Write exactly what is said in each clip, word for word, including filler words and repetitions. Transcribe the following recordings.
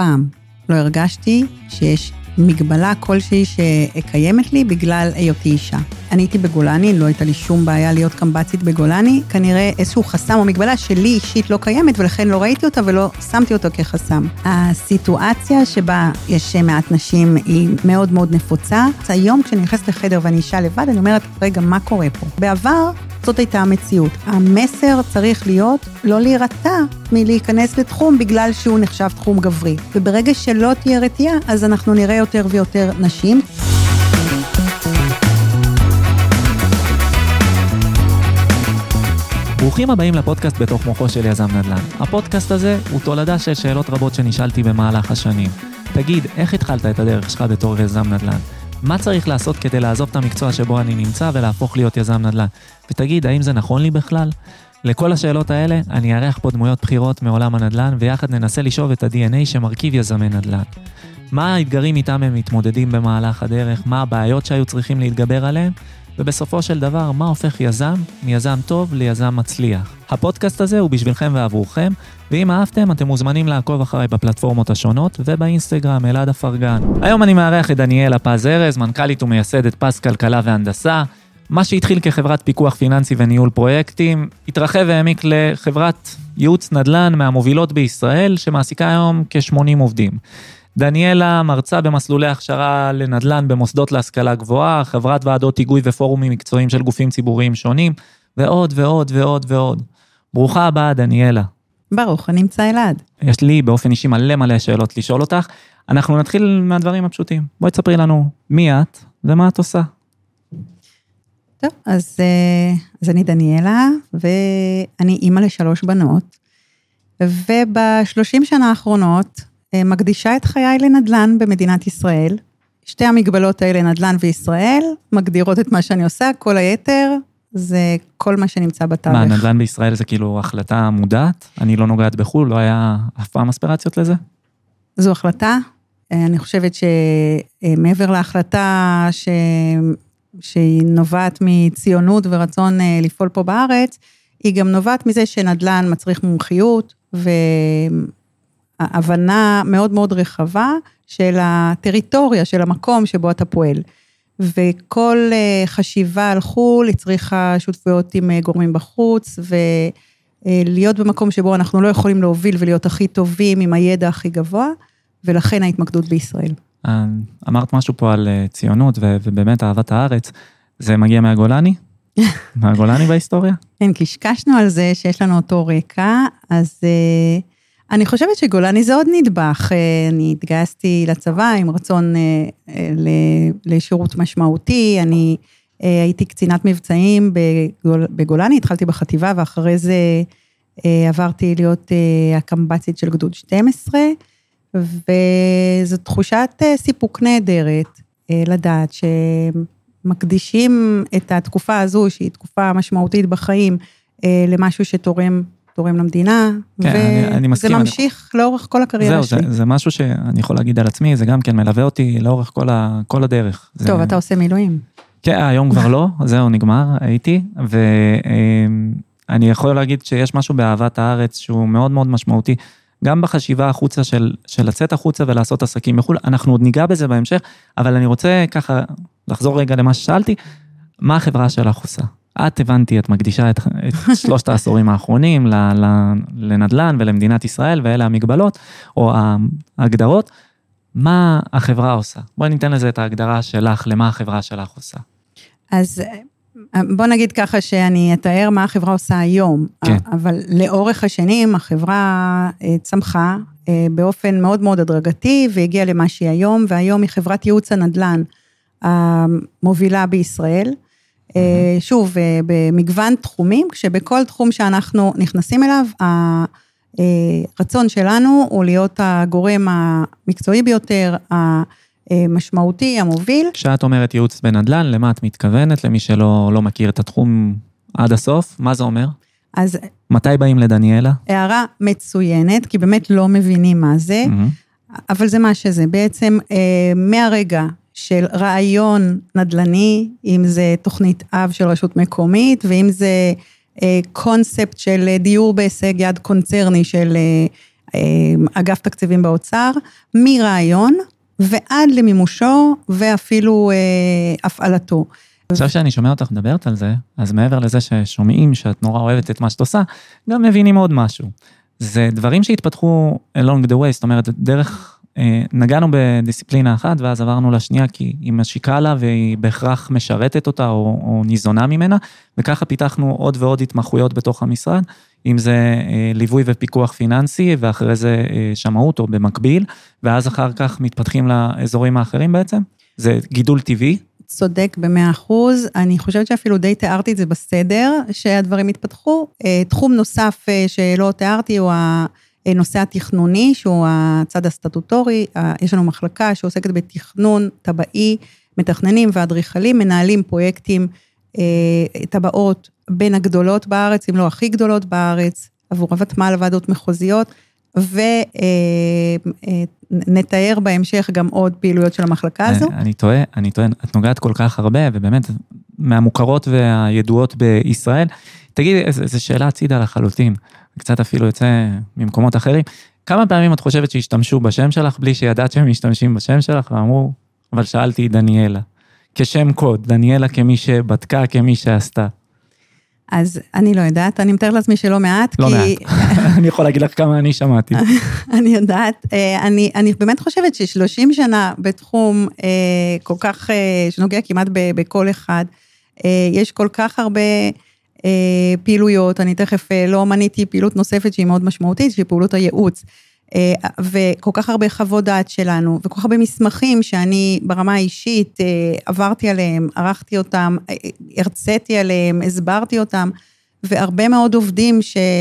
פעם לא הרגשתי שיש מגבלה כלשהי שקיימת לי בגלל היותי אישה. אני הייתי בגולני, לא הייתה לי שום בעיה להיות קמב"צית בגולני, כנראה איזשהו חסם או מגבלה שלי אישית לא קיימת, ולכן לא ראיתי אותה ולא שמתי אותו כחסם. הסיטואציה שבה יש מעט נשים היא מאוד מאוד נפוצה. היום כשאני נכנסת לחדר ואני אישה לבד, אני אומרת, רגע, מה קורה פה? בעבר זאת הייתה המציאות. המסר צריך להיות לא להירתע מלהיכנס לתחום בגלל שהוא נחשב תחום גברי. וברגע שלא תהיה רתיעה, אז אנחנו נראה יותר ויותר נשים. ברוכים הבאים לפודקאסט בתוך מוחו של יזם נדל"ן. הפודקאסט הזה הוא תולדה של שאלות רבות שנשאלתי במהלך השנים. תגיד, איך התחלת את הדרך שלך בתור יזם נדל"ן? מה צריך לעשות כדי לעזוב את המקצוע שבו אני נמצא ולהפוך להיות יזם נדל"ן? ותגיד, האם זה נכון לי בכלל? לכל השאלות האלה אני אארח פה דמויות בחירות מעולם הנדל"ן, ויחד ננסה לשאוב את ה-די אן איי שמרכיב יזמי נדל"ן. מה האתגרים איתם הם מתמודדים במהלך הדרך? מה הבעיות שהיו צריכים להתגבר עליהם? ובסופו של דבר, מה הופך יזם מיזם טוב ליזם מצליח? הפודקאסט הזה הוא בשבילכם ועבורכם, ואם אהבתם, אתם מוזמנים לעקוב אחריי בפלטפורמות השונות ובאינסטגרם אלעד אפרגן. היום אני מארח את דניאלה פז ארז, מנכ"לית ומייסדת פז כלכלה והנדסה. מה שהתחיל כחברת פיקוח פיננסי וניהול פרויקטים, התרחב והעמיק לחברת ייעוץ נדל"ן מהמובילות בישראל, שמעסיקה היום כ-שמונים עובדים. דניאלה מרצה במסלולי הכשרה לנדל"ן במוסדות להשכלה גבוהה, חברת ועדות היגוי ופורומים מקצועיים של גופים ציבוריים שונים, ועוד ועוד ועוד ועוד. ברוכה הבאה, דניאלה. ברוך, אני נמצא אלעד. יש לי באופן אישי מלא מלא שאלות לשאול אותך. אנחנו נתחיל מהדברים הפשוטים. בואי תספרי לנו מי את ומה את עושה. טוב, אז, אז אני דניאלה, ואני אימא לשלוש בנות, ובשלושים שנה האחרונות, מקדישה את חיי לנדל"ן במדינת ישראל. שתי המגבלות האלה, נדל"ן וישראל, מגדירות את מה שאני עושה, כל היתר זה כל מה שנמצא בתווך. מה, נדל"ן בישראל זה כאילו החלטה מודעת? אני לא נוגעת בחול, לא היה אף פעם אספירציות לזה? זו החלטה. אני חושבת שמעבר להחלטה ש... שהיא נובעת מציונות ורצון לפעול פה בארץ, היא גם נובעת מזה שנדל"ן מצריך מומחיות ו... הבנה מאוד מאוד רחבה של הטריטוריה, של המקום שבו אתה פועל. וכל חשיבה על חול, היא צריכה שותפויות עם גורמים בחוץ, ולהיות במקום שבו אנחנו לא יכולים להוביל ולהיות הכי טובים עם הידע הכי גבוה, ולכן ההתמקדות בישראל. אמרת משהו פה על ציונות, ובאמת אהבת הארץ, זה מגיע מהגולני? מהגולני בהיסטוריה? כן, קשקשנו על זה שיש לנו אותו רקע, אז... אני חושבת שגולני זה עוד נדבך, אני התגייסתי לצבא עם רצון לשירות משמעותי, אני הייתי קצינת מבצעים בגולני, התחלתי בחטיבה ואחרי זה עברתי להיות הקמב"צית של גדוד שתים עשרה, וזו תחושת סיפוק נהדרת לדעת שמקדישים את התקופה הזו, שהיא תקופה משמעותית בחיים, למשהו שתורם תורם למדינה, וזה ממשיך לאורך כל הקריירה שלי. זהו, זה משהו שאני יכול להגיד על עצמי, זה גם כן מלווה אותי לאורך כל הדרך. טוב, אתה עושה מילואים. כן, היום כבר לא, זהו, נגמר, הייתי, ואני יכול להגיד שיש משהו באהבת הארץ שהוא מאוד מאוד משמעותי, גם בחשיבה החוצה של לצאת החוצה ולעשות עסקים בחו"ל, אנחנו עוד ניגע בזה בהמשך, אבל אני רוצה ככה לחזור רגע למה ששאלתי, מה החברה שלך עושה? את הבנתי, את מקדישה את, את שלושת העשורים האחרונים לנדל"ן ולמדינת ישראל, ואלה המגבלות, או ההגדרות. מה החברה עושה? בואי ניתן לזה את ההגדרה שלך, למה החברה שלך עושה. אז בוא נגיד ככה שאני אתאר מה החברה עושה היום, כן. אבל לאורך השנים החברה צמחה באופן מאוד מאוד הדרגתי, והגיעה למה שהיא היום, והיום היא חברת ייעוץ הנדל"ן המובילה בישראל, שוב, במגוון תחומים, כשבכל תחום שאנחנו נכנסים אליו, הרצון שלנו הוא להיות הגורם המקצועי ביותר, המשמעותי, המוביל. כשאת אומרת ייעוץ בנדל"ן, למה את מתכוונת? למי שלא לא מכיר את התחום עד הסוף, מה זה אומר? אז... מתי באים לדניאלה? הערה מצוינת, כי באמת לא מבינים מה זה, אבל זה מה שזה. בעצם מהרגע של רעיון נדל"ני, אם זה תוכנית אב של רשות מקומית, ואם זה קונספט של דיור בהישג יד קונצרני של אגף תקציבים באוצר, מרעיון ועד למימושו ואפילו הפעלתו. עכשיו שאני שומע אותך מדברת על זה, אז מעבר לזה ששומעים שאת נורא אוהבת את מה שאת עושה, גם מבינים עוד משהו. זה דברים שהתפתחו along the way, זאת אומרת, דרך, נגענו בדיסציפלינה אחת, ואז עברנו לשנייה, כי היא משיקה לה, והיא בהכרח משרתת אותה, או, או ניזונה ממנה, וככה פיתחנו עוד ועוד התמחויות בתוך המשרד, אם זה ליווי ופיקוח פיננסי, ואחרי זה שמאות או במקביל, ואז אחר כך מתפתחים לאזורים האחרים בעצם, זה גידול טבעי. צודק במאה אחוז, אני חושבת שאפילו די תיארתי את זה בסדר, שהדברים התפתחו. תחום נוסף שלא תיארתי הוא הנושא התכנוני, שהוא הצד הסטטוטורי, יש לנו מחלקה שעוסקת בתכנון טבעי, מתכננים ואדריכלים, מנהלים פרויקטים, טבעות בין הגדולות בארץ, אם לא הכי גדולות בארץ, עבור הוותמ"ל, ועדות מחוזיות, ונתאר בהמשך גם עוד פעילויות של המחלקה הזו. אני טועה, אני טועה, את נוגעת כל כך הרבה, ובאמת מהמוכרות והידועות בישראל. תגידי, איזו שאלה הצידה לחלוטין, קצת אפילו יוצא ממקומות אחרים. כמה פעמים את חושבת שהשתמשו בשם שלך, בלי שידעת שהם משתמשים בשם שלך, ואמרו, אבל שאלתי דניאלה, כשם קוד, דניאלה כמי שבדקה, כמי שעשתה. אז אני לא יודעת, אני מתאר לעצמי שלא מעט. לא מעט, אני יכול להגיד לך כמה אני שמעתי. אני יודעת, אני, אני באמת חושבת ששלושים שנה בתחום כל כך, שנוגע כמעט בכל אחד, יש כל כך הרבה פעילויות, אני תכף לא מניתי פעילות נוספת שהיא מאוד משמעותית, שהיא פעילות הייעוץ, וכל כך הרבה חוות דעת שלנו, וכל כך הרבה מסמכים שאני ברמה האישית עברתי עליהם, ערכתי אותם, הרציתי עליהם, הסברתי אותם, והרבה מאוד עובדים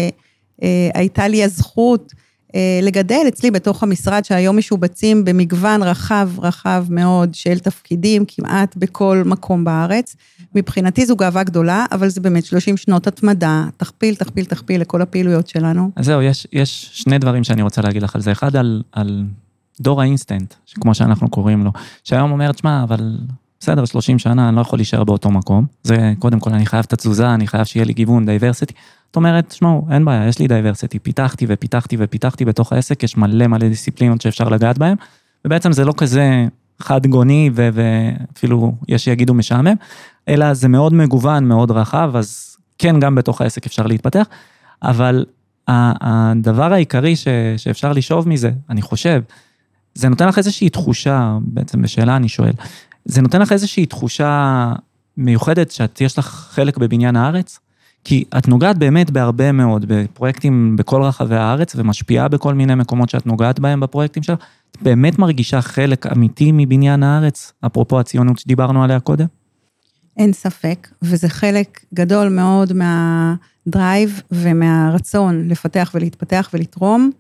שהייתה לי הזכות לגדל אצלי בתוך המשרד, שהיום משובצים במגוון רחב רחב מאוד של תפקידים, כמעט בכל מקום בארץ. מבחינתי זו גאווה גדולה, אבל זה באמת שלושים שנות התמדה, תכפיל, תכפיל, תכפיל לכל הפעילויות שלנו. אז זהו, יש, יש שני דברים שאני רוצה להגיד לך על זה. אחד על, על דור האינסטנט, כמו שאנחנו קוראים לו, שהיום אומרת, שמה, אבל בסדר, שלושים שנה, אני לא יכול להישאר באותו מקום. זה, קודם כל, אני חייב את התזוזה, אני חייב שיהיה לי גיוון, דייברסיטי. זאת אומרת, שמעו, אין בעיה, יש לי דייברסיטי, פיתחתי ופיתחתי ופיתחתי בתוך העסק, יש מלא מלא דיסציפלינות שאפשר לגעת בהם, ובעצם זה לא כזה חד גוני, ואפילו יש שיגידו משעמם, אלא זה מאוד מגוון, מאוד רחב, אז כן, גם בתוך העסק אפשר להתפתח, אבל הדבר העיקרי ש, שאפשר לשאוב מזה, אני חושב, זה נותן לך איזושהי תחושה, בעצם בשאלה אני שואל, זה נותן לך איזושהי תחושה מיוחדת, שאת יש לך חלק בבניין הארץ, כי את נוגעת באמת בהרבה מאוד, בפרויקטים בכל רחבי הארץ, ומשפיעה בכל מיני מקומות שאת נוגעת בהם בפרויקטים שלך, את באמת מרגישה חלק אמיתי מבניין הארץ, אפרופו הציונות שדיברנו עליה קודם? אין ספק, וזה חלק גדול מאוד מהדרייב ומהרצון לפתח ולהתפתח ולתרום.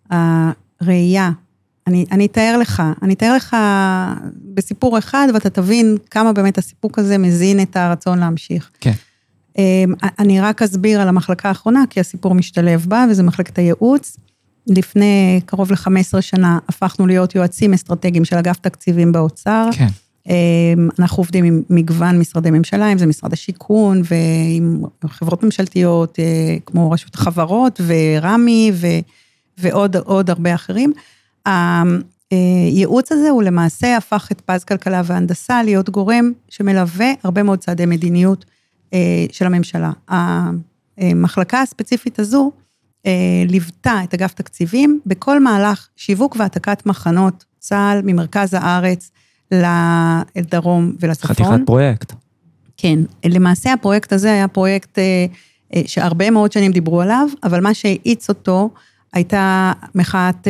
הראייה, אני, אני אתאר לך, אני אתאר לך בסיפור אחד, ואתה תבין כמה באמת הסיפוק הזה מזין את הרצון להמשיך. כן. אני רק אסביר על המחלקה האחרונה, כי הסיפור משתלב בה, וזה מחלקת הייעוץ. לפני קרוב ל-חמש עשרה שנה, הפכנו להיות יועצים אסטרטגיים של אגף תקציבים באוצר. כן. אנחנו עובדים עם מגוון משרדי ממשלה, אם זה משרד השיכון, ועם חברות ממשלתיות, כמו רשות החברות, ורמי, ועוד עוד הרבה אחרים. הייעוץ הזה הוא למעשה הפך את פז כלכלה והנדסה, להיות גורם שמלווה הרבה מאוד צעדי מדיניות של הממשלה. המחלקה הספציפית הזו, ליוותה את אגף תקציבים, בכל מהלך שיווק והעתקת מחנות צה"ל ממרכז הארץ, לדרום ולצפון. חתיכת פרויקט. כן, למעשה הפרויקט הזה היה פרויקט שהרבה מאוד שנים דיברו עליו, אבל מה שהאיץ אותו הייתה מחאת,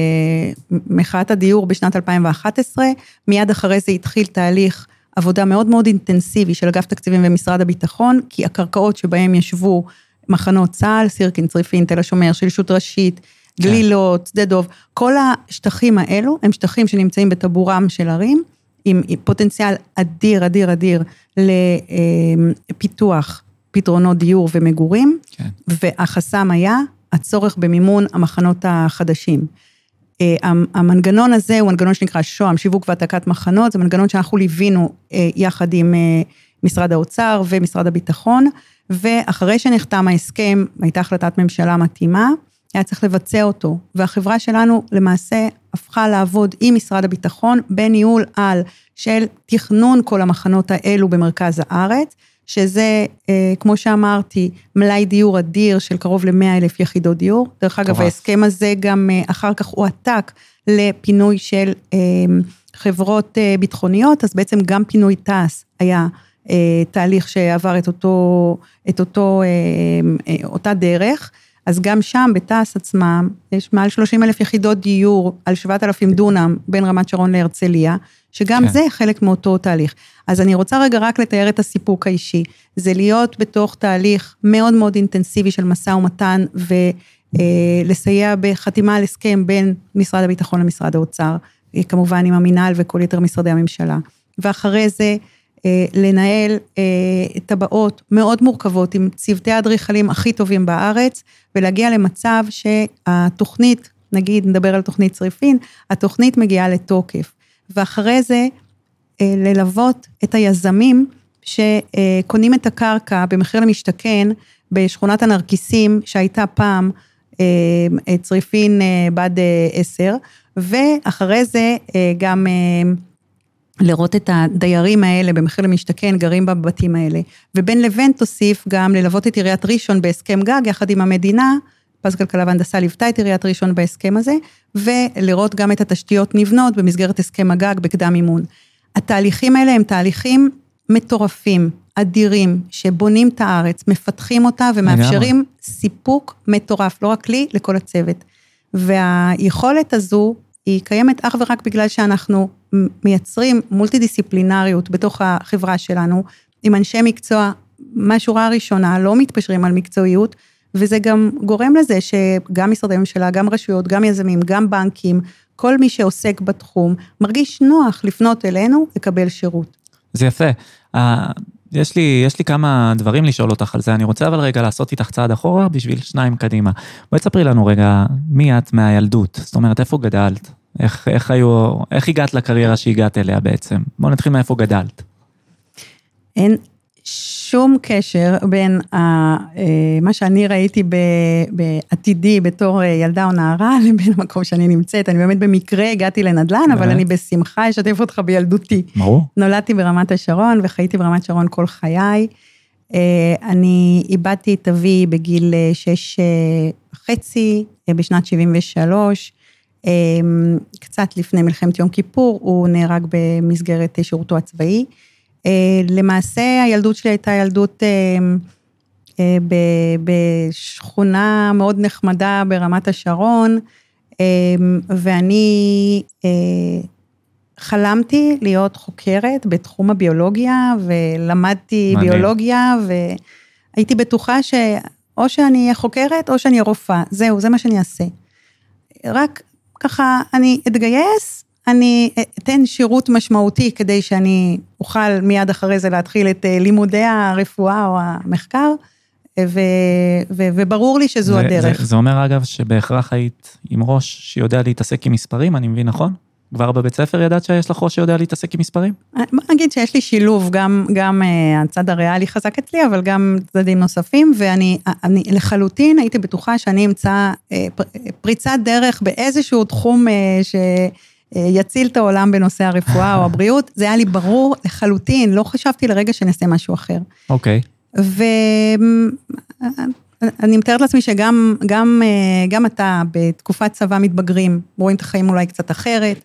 מחאת הדיור בשנת אלפיים ואחת עשרה, מיד אחרי זה התחיל תהליך עבודה מאוד מאוד אינטנסיבי של אגף תקציבים ומשרד הביטחון, כי הקרקעות שבהם ישבו מחנות צה"ל, סירקין, צריפין, תל השומר, שלישות ראשית, גלילות, שדה דוב, כל השטחים האלו הם שטחים שנמצאים בטבורם של ערים, עם פוטנציאל אדיר, אדיר, אדיר לפיתוח פתרונות דיור ומגורים, כן. והחסם היה הצורך במימון המחנות החדשים. המנגנון הזה הוא מנגנון שנקרא שוהם, שיווק והעתקת מחנות, זה מנגנון שאנחנו ליווינו יחד עם משרד האוצר ומשרד הביטחון, ואחרי שנחתם ההסכם, הייתה החלטת ממשלה מתאימה, היה צריך לבצע אותו, והחברה שלנו למעשה הפכה לעבוד עם משרד הביטחון, בניהול על של תכנון כל המחנות האלו במרכז הארץ, שזה, כמו שאמרתי, מלאי דיור אדיר של קרוב ל-מאה אלף יחידות דיור, דרך אגב, ההסכם הזה גם אחר כך הוא עתק לפינוי של חברות ביטחוניות, אז בעצם גם פינוי טס היה תהליך שעבר את אותו, את אותו, אותה דרך, אז גם שם בטס עצמם, יש מעל שלושים אלף יחידות דיור על שבעת אלפים דונם בין רמת שרון להרצליה, שגם כן. זה חלק מאותו תהליך. אז אני רוצה רגע רק לתאר את הסיפוק האישי, זה להיות בתוך תהליך מאוד מאוד אינטנסיבי של משא ומתן, ולסייע בחתימה על הסכם בין משרד הביטחון למשרד האוצר, כמובן עם המינהל וכל יתר משרדי הממשלה. ואחרי זה, לנהל טבעות מאוד מורכבות עם צוותי האדריכלים הכי טובים בארץ, ולהגיע למצב שהתוכנית, נגיד נדבר על תוכנית צריפין, התוכנית מגיעה לתוקף, ואחרי זה ללוות את היזמים שקונים את הקרקע במחיר למשתכן, בשכונת הנרקיסים שהייתה פעם צריפין בד עשר, ואחרי זה גם לראות את הדיירים האלה במחיר למשתכן, גרים בבתים האלה, ובין לבין תוסיף גם ללוות את עיריית ראשון בהסכם גג, יחד עם המדינה, פז כלכלה והנדסה ליוותה את עיריית ראשון בהסכם הזה, ולראות גם את התשתיות נבנות במסגרת הסכם הגג בקדם אימון. התהליכים האלה הם תהליכים מטורפים, אדירים, שבונים את הארץ, מפתחים אותה ומאפשרים סיפוק מטורף, לא רק לי, לכל הצוות. והיכולת הזו היא קיימת אך ורק בגלל שאנחנו מייצרים מולטי-דיסציפלינריות בתוך החברה שלנו, עם אנשי מקצוע, מהשורה הראשונה, לא מתפשרים על מקצועיות, וזה גם גורם לזה שגם משרדי ממשלה, גם רשויות, גם יזמים, גם בנקים, כל מי שעוסק בתחום, מרגיש נוח לפנות אלינו, לקבל שירות. זה יפה. יש לי, יש לי כמה דברים לשאול אותך על זה, אני רוצה אבל רגע לעשות איתך צעד אחורה, בשביל שניים קדימה. בואי תספרי לנו רגע, מי את מהילדות? זאת אומרת, איפה גדלת? איך, איך היו, איך הגעת לקריירה שהגעת אליה בעצם? בואו נתחיל מאיפה גדלת. אין שום קשר בין ה, מה שאני ראיתי בעתידי בתור ילדה או נערה, לבין המקום שאני נמצאת. אני באמת במקרה הגעתי לנדל"ן, אבל אני בשמחה אשתף אותך בילדותי. ברור. נולדתי ברמת השרון, וחייתי ברמת שרון כל חיי. אני איבדתי את אבי בגיל שש וחצי, בשנת שבעים ושלוש, קצת לפני מלחמת יום כיפור, הוא נהרג במסגרת שירותו הצבאי. למעשה הילדות שלי הייתה ילדות בשכונה מאוד נחמדה ברמת השרון, ואני חלמתי להיות חוקרת בתחום הביולוגיה, ולמדתי ביולוגיה, והייתי בטוחה שאו שאני אהיה חוקרת, או שאני אהיה רופאה, זהו, זה מה שאני אעשה. רק ככה אני אתגייס, אני אתן שירות משמעותי, כדי שאני אוכל מיד אחרי זה להתחיל את לימודי הרפואה או המחקר, ו, ו, וברור לי שזו זה, הדרך. זה, זה אומר אגב שבהכרח היית עם ראש שיודע להתעסק עם מספרים, אני מבין נכון? כבר בבית ספר ידעת שיש לך ראש שיודע להתעסק עם מספרים? נגיד שיש לי שילוב, גם, גם הצד הריאלי חזק אצלי, אבל גם צדדים נוספים, ואני אני, לחלוטין הייתי בטוחה שאני אמצא פריצת דרך באיזשהו תחום ש... יציל את העולם בנושא הרפואה או הבריאות, זה היה לי ברור לחלוטין, לא חשבתי לרגע שנעשה משהו אחר. אוקיי. ואני מתארת לעצמי שגם גם, גם אתה בתקופת צבא מתבגרים, רואים את החיים אולי קצת אחרת,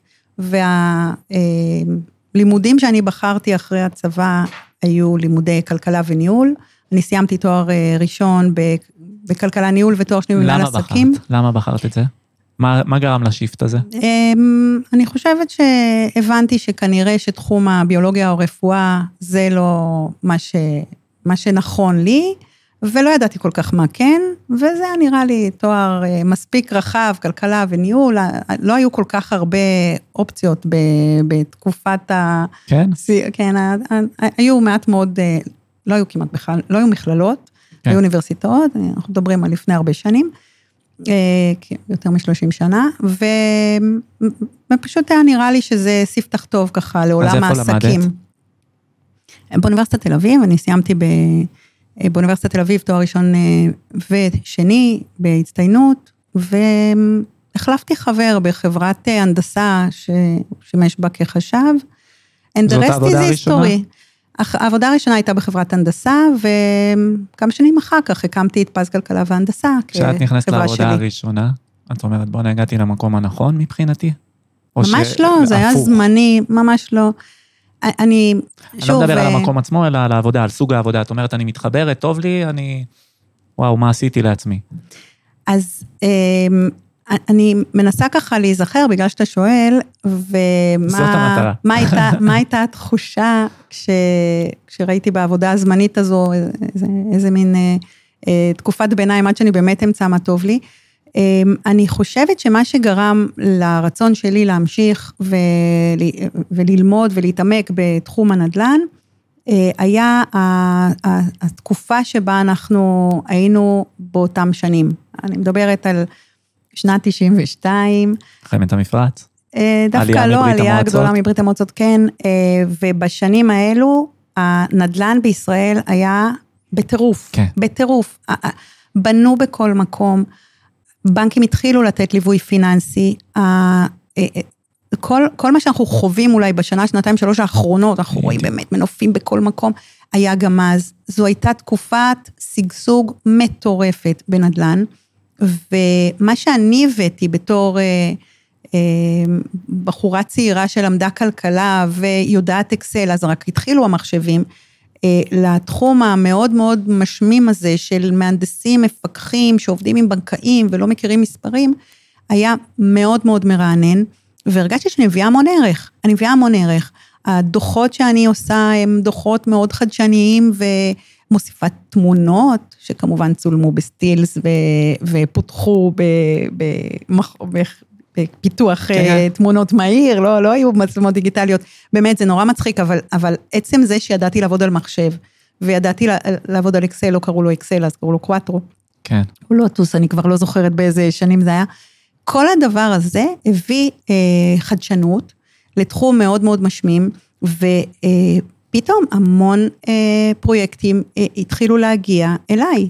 והלימודים שאני בחרתי אחרי הצבא, היו לימודי כלכלה וניהול, אני סיימתי תואר ראשון בכלכלה ניהול ותואר שני במנהל עסקים. למה בחרת את זה? מה, מה גרם לשיפט הזה? אני חושבת שהבנתי שכנראה שתחום הביולוגיה או רפואה, זה לא מה, ש, מה שנכון לי, ולא ידעתי כל כך מה כן, וזה היה נראה לי תואר מספיק רחב, כלכלה וניהול, לא היו כל כך הרבה אופציות בתקופת ה... כן? כן, היו מעט מאוד, לא היו כמעט בכלל, לא היו מכללות, כן. היו אוניברסיטאות, אנחנו מדברים על לפני הרבה שנים, יותר משלושים שנה, ופשוט היה נראה לי שזה ספתח טוב ככה לעולם העסקים. באוניברסיטת תל אביב, אני סיימתי באוניברסיטת תל אביב תואר ראשון ושני בהצטיינות, והחלפתי חבר בחברת הנדסה ששימש בה כחשב. זאת העבודה הראשונה? העבודה הראשונה הייתה בחברת הנדסה, וכמה שנים אחר כך הקמתי את פז כלכלה והנדסה. כשאת נכנסת לעבודה הראשונה, את אומרת, בוא נגעתי למקום הנכון מבחינתי? ממש לא, זה היה זמני, ממש לא. אני, אני לא מדבר על המקום עצמו, אלא על העבודה, על סוג העבודה. את אומרת, אני מתחברת, טוב לי, אני, וואו, מה עשיתי לעצמי? אז אני מנסה ככה להיזכר, בגלל שאתה שואל, ומה מה הייתה, מה הייתה התחושה כשראיתי בעבודה הזמנית הזו, איזה, איזה מין תקופת ביניים, עד שאני באמת אמצא מה טוב לי. אני חושבת שמה שגרם לרצון שלי להמשיך וללמוד ולהתעמק בתחום הנדל"ן, היה התקופה שבה אנחנו היינו באותם שנים. אני מדברת על שנת תשעים ושתיים. מלחמת המפרץ. דווקא לא, עלייה גדולה מברית המועצות, כן. ובשנים האלו, הנדל"ן בישראל היה בטירוף. כן. בטירוף. בנו בכל מקום. בנקים התחילו לתת ליווי פיננסי. כל, כל מה שאנחנו חווים אולי בשנה, שנתיים, שלוש האחרונות, אנחנו רואים באמת מנופים בכל מקום, היה גם אז. זו הייתה תקופת סגסוג מטורפת בנדל"ן, ומה שאני הבאתי בתור אה, אה, בחורה צעירה שלמדה כלכלה ויודעת אקסל, אז רק התחילו המחשבים, אה, לתחום המאוד מאוד משמים הזה של מהנדסים, מפקחים, שעובדים עם בנקאים ולא מכירים מספרים, היה מאוד מאוד מרענן, והרגשתי שאני מביאה המון ערך, אני מביאה המון ערך. הדוחות שאני עושה הם דוחות מאוד חדשניים ומוסיפת תמונות, שכמובן צולמו בסטילס ופותחו בפיתוח תמונות מהיר, לא, לא היו מצלמות דיגיטליות, באמת זה נורא מצחיק, אבל, אבל עצם זה שידעתי לעבוד על מחשב, וידעתי לעבוד על אקסל, לא קראו לו אקסל, אז קראו לו קואטרו. כן. הוא לא טוס, אני כבר לא זוכרת באיזה שנים זה היה. כל הדבר הזה הביא אה, חדשנות לתחום מאוד מאוד משמים, ופתאום המון אה, פרויקטים אה, התחילו להגיע אליי,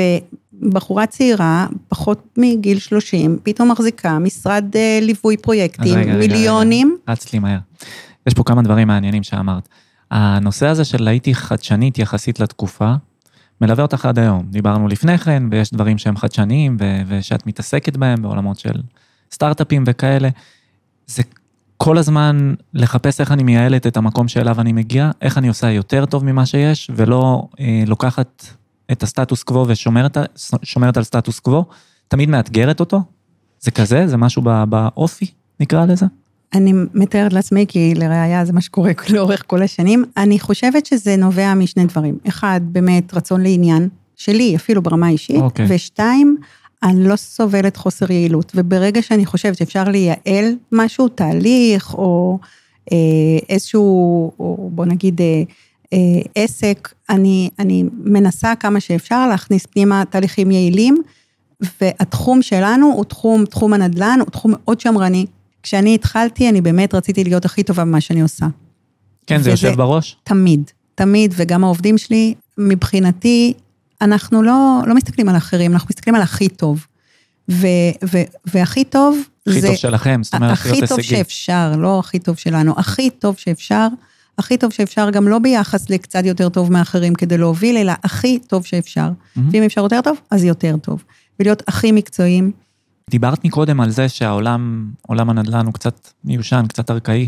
ובחורה צעירה, פחות מגיל שלושים, פתאום מחזיקה משרד אה, ליווי פרויקטים, רגע, מיליונים. רצת לי מהר. יש פה כמה דברים מעניינים שאמרת. הנושא הזה של הייתי חדשנית יחסית לתקופה, מלווה אותך עד היום. דיברנו לפני כן, ויש דברים שהם חדשניים, ו- ושאת מתעסקת בהם, בעולמות של סטארט-אפים וכאלה. זה כל הזמן לחפש איך אני מייעלת את המקום שאליו אני מגיע, איך אני עושה יותר טוב ממה שיש, ולא אה, לוקחת את הסטטוס קוו ושומרת שומרת על סטטוס קוו, תמיד מאתגרת אותו. זה כזה, זה משהו באופי, נקרא לזה. אני מתארת לעצמי, כי לראיה זה מה שקורה לאורך כל השנים, אני חושבת שזה נובע משני דברים. אחד, באמת רצון לעניין, שלי אפילו ברמה אישית, okay. ושתיים, אני לא סובלת חוסר יעילות, וברגע שאני חושבת שאפשר לייעל משהו, תהליך, או אה, איזשהו, או בוא נגיד, אה, אה, עסק, אני, אני מנסה כמה שאפשר להכניס פנימה תהליכים יעילים, והתחום שלנו הוא תחום, תחום הנדל"ן, הוא תחום מאוד שמרני, כשאני התחלתי, אני באמת רציתי להיות הכי טובה במה שאני עושה. כן, זה יושב בראש? תמיד, תמיד, וגם העובדים שלי, מבחינתי, אנחנו לא, לא מסתכלים על אחרים, אנחנו מסתכלים על הכי טוב. ו, ו, והכי טוב, הכי זה, טוב שלכם, זאת אומרת, הכי טוב שאפשר, לא הכי טוב שלנו, הכי טוב שאפשר, הכי טוב שאפשר, גם לא ביחס לקצת יותר טוב מאחרים, כדי להוביל, אלא הכי טוב שאפשר. Mm-hmm. ואם אפשר יותר טוב, אז יותר טוב. ולהיות הכי מקצועיים, דיברת מקודם על זה שהעולם, עולם הנדל"ן הוא קצת מיושן, קצת ארכאי,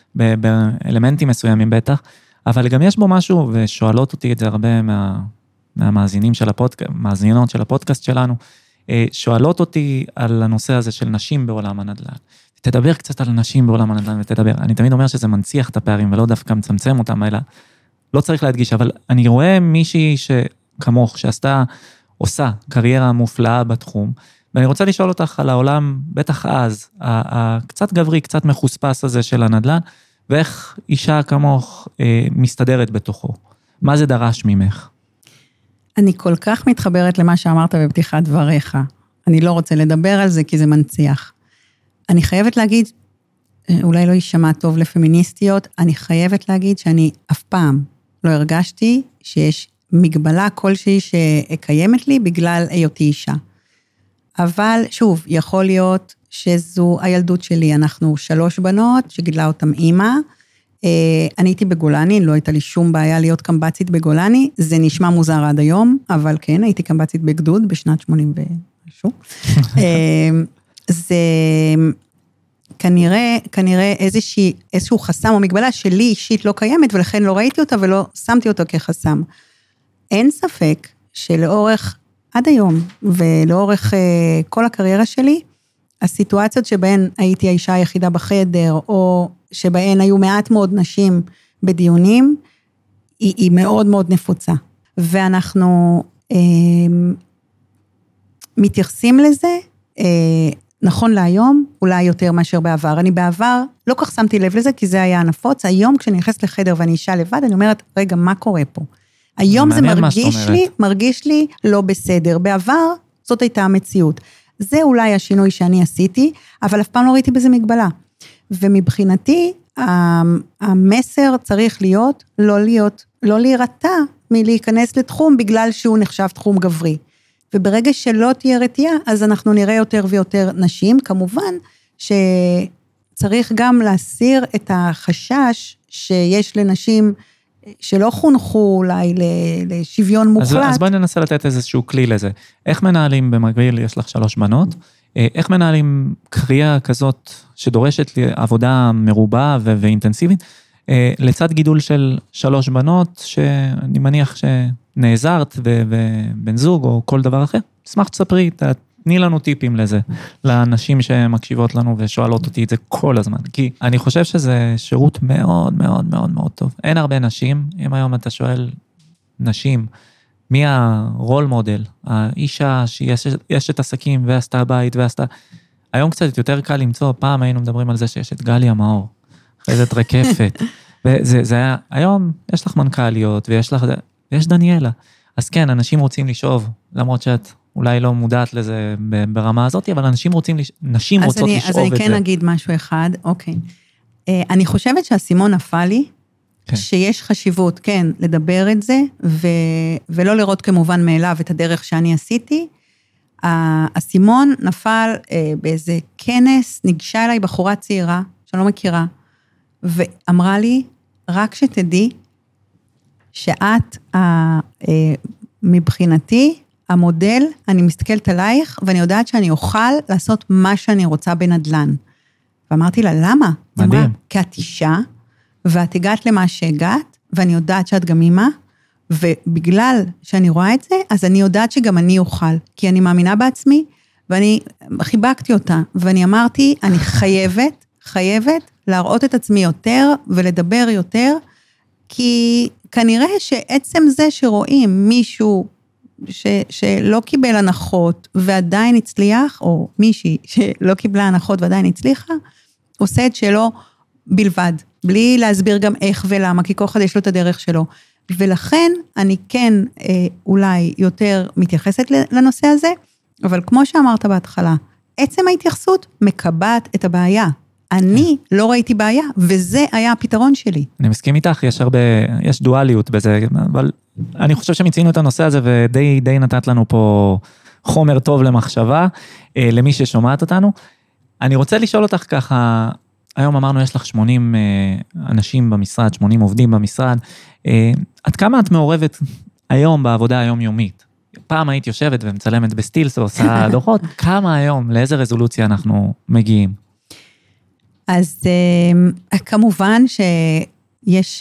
באלמנטים מסוימים בטח, אבל גם יש בו משהו, ושואלות אותי את זה הרבה מה, מהמאזינים של הפודקאסט, מאזינות של הפודקאסט שלנו, שואלות אותי על הנושא הזה של נשים בעולם הנדל"ן. תדבר קצת על נשים בעולם הנדל"ן ותדבר. אני תמיד אומר שזה מנציח את הפערים, ולא דווקא מצמצם אותם, אלא לא צריך להדגיש, אבל אני רואה מישהי שכמוך, שעשתה, עושה קריירה מופלאה בתחום, ואני רוצה לשאול אותך על העולם, בטח אז, הקצת גברי, קצת מחוספס הזה של הנדל"ן, ואיך אישה כמוך אה, מסתדרת בתוכו. מה זה דרש ממך? אני כל כך מתחברת למה שאמרת בפתיחת דבריך. אני לא רוצה לדבר על זה כי זה מנציח. אני חייבת להגיד, אולי לא יישמע טוב לפמיניסטיות, אני חייבת להגיד שאני אף פעם לא הרגשתי שיש מגבלה כלשהי שקיימת לי בגלל היותי אישה. אבל שוב, יכול להיות שזו הילדות שלי, אנחנו שלוש בנות שגידלה אותם אימא, אני הייתי בגולני, לא הייתה לי שום בעיה להיות קמב"צית בגולני, זה נשמע מוזר עד היום, אבל כן, הייתי קמב"צית בגדוד בשנת שמונים ומשהו. זה כנראה, כנראה איזושהי, איזשהו חסם או מגבלה שלי אישית לא קיימת, ולכן לא ראיתי אותה ולא שמתי אותו כחסם. אין ספק שלאורך, עד היום, ולאורך כל הקריירה שלי, הסיטואציות שבהן הייתי האישה היחידה בחדר, או שבהן היו מעט מאוד נשים בדיונים, היא, היא מאוד מאוד נפוצה. ואנחנו אה, מתייחסים לזה, אה, נכון להיום, אולי יותר מאשר בעבר. אני בעבר לא כך שמתי לב לזה, כי זה היה נפוץ. היום כשאני נכנסת לחדר ואני אישה לבד, אני אומרת, רגע, מה קורה פה? היום זה מרגיש לי, מרגיש לי לא בסדר. בעבר זאת הייתה המציאות. זה אולי השינוי שאני עשיתי, אבל אף פעם לא ראיתי בזה מגבלה. ומבחינתי, המסר צריך להיות, לא להיות, לא להירתע מלהיכנס לתחום, בגלל שהוא נחשב תחום גברי. וברגע שלא תהיה רתיעה, אז אנחנו נראה יותר ויותר נשים, כמובן שצריך גם להסיר את החשש שיש לנשים שלא חונכו אולי לשוויון מוחלט. אז, אז בואי ננסה לתת איזשהו כלי לזה. איך מנהלים במקביל, יש לך שלוש בנות, איך מנהלים קריאה כזאת שדורשת עבודה מרובה ו- ואינטנסיבית, לצד גידול של שלוש בנות, שאני מניח שנעזרת בבן זוג או כל דבר אחר, אשמח תספרי, תני לנו טיפים לזה, לאנשים שמקשיבות לנו ושואלות אותי את זה כל הזמן, כי אני חושב שזה שירות מאוד מאוד מאוד מאוד טוב. אין הרבה נשים, אם היום אתה שואל נשים, מי הרול מודל, האישה שיש את עסקים ועשתה בית ועשתה, היום קצת יותר קל למצוא, פעם היינו מדברים על זה שיש את גליה מאור, אחרי זה רקפת, וזה זה היה, היום יש לך מנכ"ליות ויש לך, ויש דניאלה, אז כן, אנשים רוצים לשאוב, למרות שאת אולי לא מודעת לזה ברמה הזאת, אבל אנשים רוצים, נשים רוצות אני, לשאוב את זה. אז אני כן אגיד משהו אחד, אוקיי. אני חושבת שהסימון נפל לי, כן. שיש חשיבות, כן, לדבר את זה, ו, ולא לראות כמובן מאליו את הדרך שאני עשיתי. הסימון נפל באיזה כנס, ניגשה אליי בחורה צעירה, שאני לא מכירה, ואמרה לי, רק שתדעי, שאת מבחינתי, המודל, אני מסתכלת עלייך, ואני יודעת שאני אוכל לעשות מה שאני רוצה בנדלן. ואמרתי לה, למה? מדהים. אמרה, כי את אישה, ואת הגעת למה שהגעת, ואני יודעת שאת גם אימא, ובגלל שאני רואה את זה, אז אני יודעת שגם אני אוכל, כי אני מאמינה בעצמי, ואני חיבקתי אותה, ואני אמרתי, אני חייבת, חייבת להראות את עצמי יותר, ולדבר יותר, כי כנראה שעצם זה שרואים מישהו, ש, שלא קיבל הנחות, ועדיין הצליח, או מישהי שלא קיבלה הנחות, ועדיין הצליחה, עושה את שלו בלבד, בלי להסביר גם איך ולמה, כי כל אחד יש לו את הדרך שלו. ולכן אני כן אה, אולי יותר מתייחסת לנושא הזה, אבל כמו שאמרת בהתחלה, עצם ההתייחסות מקבעת את הבעיה. אני לא ראיתי בעיה, וזה היה הפתרון שלי. אני מסכים איתך, יש הרבה, יש דואליות בזה, אבל אני חושב שמצינו את הנושא הזה, ודי די נתת לנו פה חומר טוב למחשבה, אה, למי ששומעת אותנו. אני רוצה לשאול אותך ככה, היום אמרנו יש לך שמונים אנשים במשרד, שמונים עובדים במשרד, עד כמה את מעורבת היום בעבודה היומיומית? פעם היית יושבת ומצלמת בסטילס ועושה דוחות, כמה היום, לאיזה רזולוציה אנחנו מגיעים? אז כמובן שיש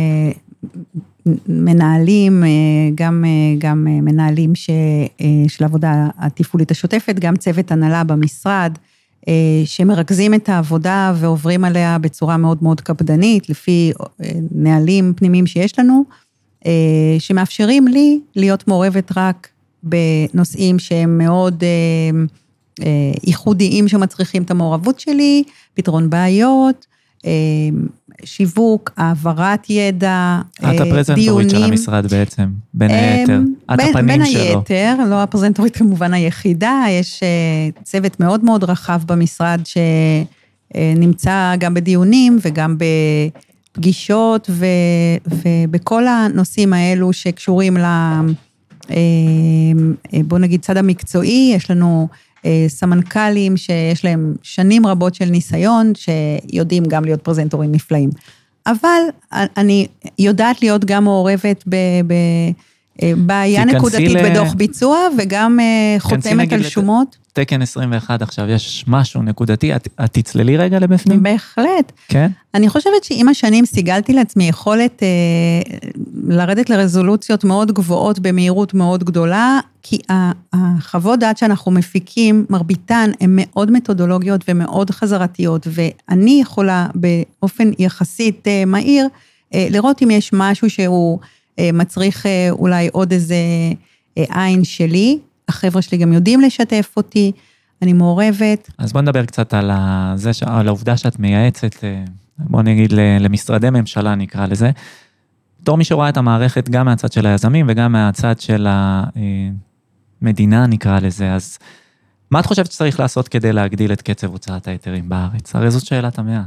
מנהלים, גם, גם מנהלים של עבודה התפעולית השוטפת, גם צוות הנהלה במשרד, שמרכזים את העבודה ועוברים עליה בצורה מאוד מאוד קפדנית, לפי נהלים פנימיים שיש לנו, שמאפשרים לי להיות מעורבת רק בנושאים שהם מאוד ייחודיים שמצריכים את המעורבות שלי, פתרון בעיות, שיווק, העברת ידע, דיונים. את הפרזנטורית של המשרד בעצם, בין היתר, את הפנים שלו. בין היתר, לא הפרזנטורית כמובן היחידה, יש צוות מאוד מאוד רחב במשרד, שנמצא גם בדיונים, וגם בפגישות, ובכל הנושאים האלו שקשורים ל... בוא נגיד צד המקצועי, יש לנו סמנכלים שיש להם שנים רבות של ניסיון, שיודעים גם להיות פרזנטורים נפלאים. אבל אני יודעת להיות גם מעורבת בבעיה נקודתית בדוח ביצוע, וגם חותמת על שומות. תקן עשרים ואחת עכשיו, יש משהו נקודתי, את תצללי רגע לבפנים? בהחלט. כן? אני חושבת שעם השנים סיגלתי לעצמי יכולת אה, לרדת לרזולוציות מאוד גבוהות במהירות מאוד גדולה, כי החוות דעת שאנחנו מפיקים, מרביתן הן מאוד מתודולוגיות ומאוד חזרתיות, ואני יכולה באופן יחסית אה, מהיר, אה, לראות אם יש משהו שהוא אה, מצריך אה, אולי עוד איזה אה, עין שלי, החבר'ה שלי גם יודעים לשתף אותי, אני מעורבת. אז בוא נדבר קצת על, זה, על העובדה שאת מייעצת, בוא נגיד למשרדי ממשלה נקרא לזה, בתור מי שרואה את המערכת גם מהצד של היזמים וגם מהצד של המדינה נקרא לזה, אז מה את חושבת שצריך לעשות כדי להגדיל את קצב הוצאת ההיתרים בארץ? הרי זאת שאלת המאה.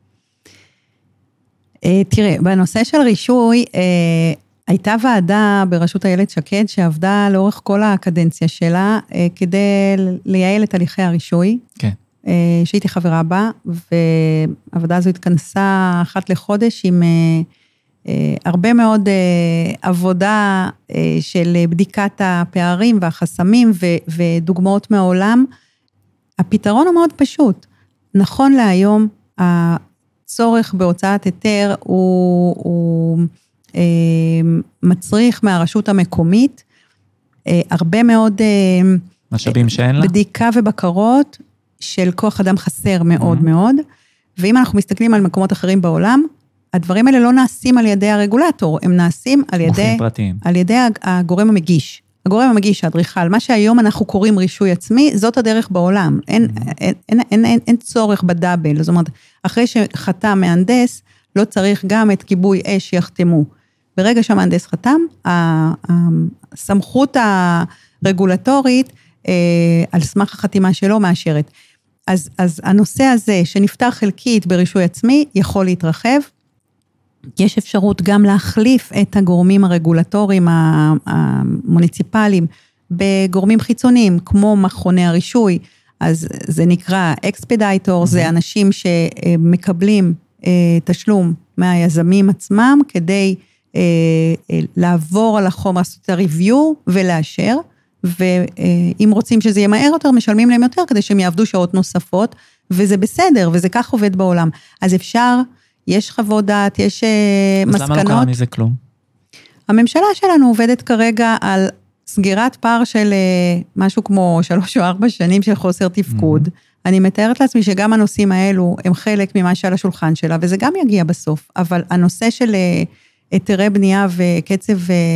תראה, בנושא של רישוי, הייתה ועדה בראשות איילת שקד שעבדה לאורך כל הקדנציה שלה, כדי לייעל את הליכי הרישוי, כן. שהייתי חברה בה, והעבודה הזו התכנסה אחת לחודש עם הרבה מאוד עבודה של בדיקת הפערים והחסמים ודוגמאות מהעולם. הפתרון הוא מאוד פשוט. נכון להיום, הצורך בהוצאת היתר הוא... הוא מצריך מהרשות המקומית, הרבה מאוד משאבים שאין לה? בדיקה ובקרות של כוח אדם חסר מאוד מאוד, ואם אנחנו מסתכלים על מקומות אחרים בעולם, הדברים האלה לא נעשים על ידי הרגולטור, הם נעשים על ידי, על ידי הגורם המגיש. הגורם המגיש, האדריכל, מה שהיום אנחנו קוראים רישוי עצמי, זאת הדרך בעולם. אין, אין, אין, אין, אין, אין צורך בדאבל, זאת אומרת, אחרי שחתם מהנדס, לא צריך גם את כיבוי אש שיחתמו. ברגע שהמהנדס חתם, הסמכות הרגולטורית, על סמך החתימה שלו מאשרת. אז, אז הנושא הזה, שנפתר חלקית ברישוי עצמי, יכול להתרחב. יש אפשרות גם להחליף את הגורמים הרגולטוריים המוניציפליים, בגורמים חיצוניים, כמו מכוני הרישוי, אז זה נקרא אקספדייטור, זה אנשים שמקבלים תשלום מהיזמים עצמם, כדי לעבור על החומר, לעשות את הריוויו ולאשר, ואם רוצים שזה ימהר יותר, משלמים להם יותר, כדי שהם יעבדו שעות נוספות, וזה בסדר, וזה כך עובד בעולם. אז אפשר, יש חוות דעת, יש מסקנות. אז למה לא קרה מזה כלום? הממשלה שלנו עובדת כרגע על סגירת פער של משהו כמו שלוש או ארבע שנים של חוסר תפקוד. Mm-hmm. אני מתארת לעצמי שגם הנושאים האלו הם חלק ממה שעל השולחן שלה, וזה גם יגיע בסוף. אבל הנושא של היתרי בנייה וקצב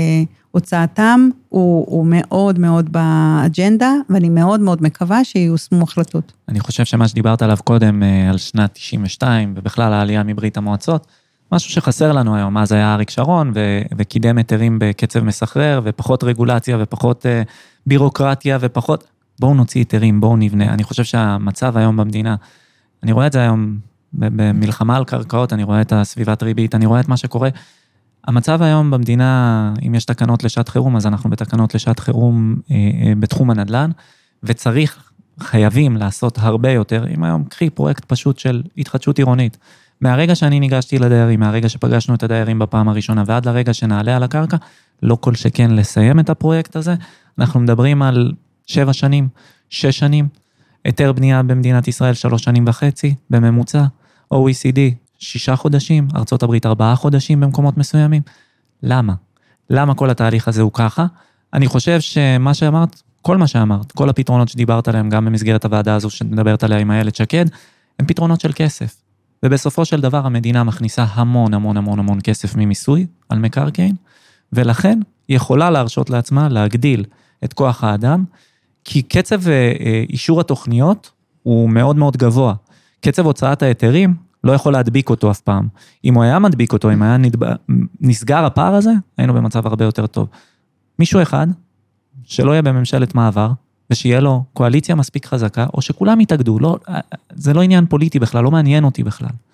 הוצאתם, הוא, הוא מאוד מאוד באג'נדה, ואני מאוד מאוד מקווה שיושמו החלטות. אני חושב שמה שדיברת עליו קודם, על שנת תשעים ושתיים, ובכלל העלייה מברית המועצות, משהו שחסר לנו היום, אז היה אריק שרון, ו- וקידם היתרים בקצב מסחרר, ופחות רגולציה, ופחות uh, בירוקרטיה, ופחות, בואו נוציא היתרים, בואו נבנה. אני חושב שהמצב היום במדינה, אני רואה את זה היום, במלחמה על קרקעות, אני רואה את הסביבת ריבית, אני רואה את מה שקורה. המצב היום במדינה, אם יש תקנות לשעת חירום, אז אנחנו בתקנות לשעת חירום אה, אה, בתחום הנדל"ן, וצריך, חייבים לעשות הרבה יותר, אם היום קחי פרויקט פשוט של התחדשות עירונית, מהרגע שאני ניגשתי לדיירים, מהרגע שפגשנו את הדיירים בפעם הראשונה, ועד לרגע שנעלה על הקרקע, לא כל שכן לסיים את הפרויקט הזה, אנחנו מדברים על שבע שנים, שש שנים, היתר בנייה במדינת ישראל, שלוש שנים וחצי, בממוצע, O E C D, שישה חודשים, ארצות הברית ארבעה חודשים במקומות מסוימים. למה? למה כל התהליך הזה הוא ככה? אני חושב שמה שאמרת, כל מה שאמרת, כל הפתרונות שדיברת עליהם, גם במסגרת הוועדה הזו שמדברת עליה עם איילת שקד, הם פתרונות של כסף. ובסופו של דבר המדינה מכניסה המון המון המון המון כסף ממיסוי על מקרקעין, ולכן היא יכולה להרשות לעצמה להגדיל את כוח האדם, כי קצב אישור התוכניות הוא מאוד מאוד גבוה. קצב הוצאת ההיתרים לא יכול להדביק אותו אף פעם. אם הוא היה מדביק אותו, אם היה נדב... נסגר הפער הזה, היינו במצב הרבה יותר טוב. מישהו אחד, שלא יהיה בממשלת מעבר, ושיהיה לו קואליציה מספיק חזקה, או שכולם יתאגדו, לא, זה לא עניין פוליטי בכלל, לא מעניין אותי בכלל.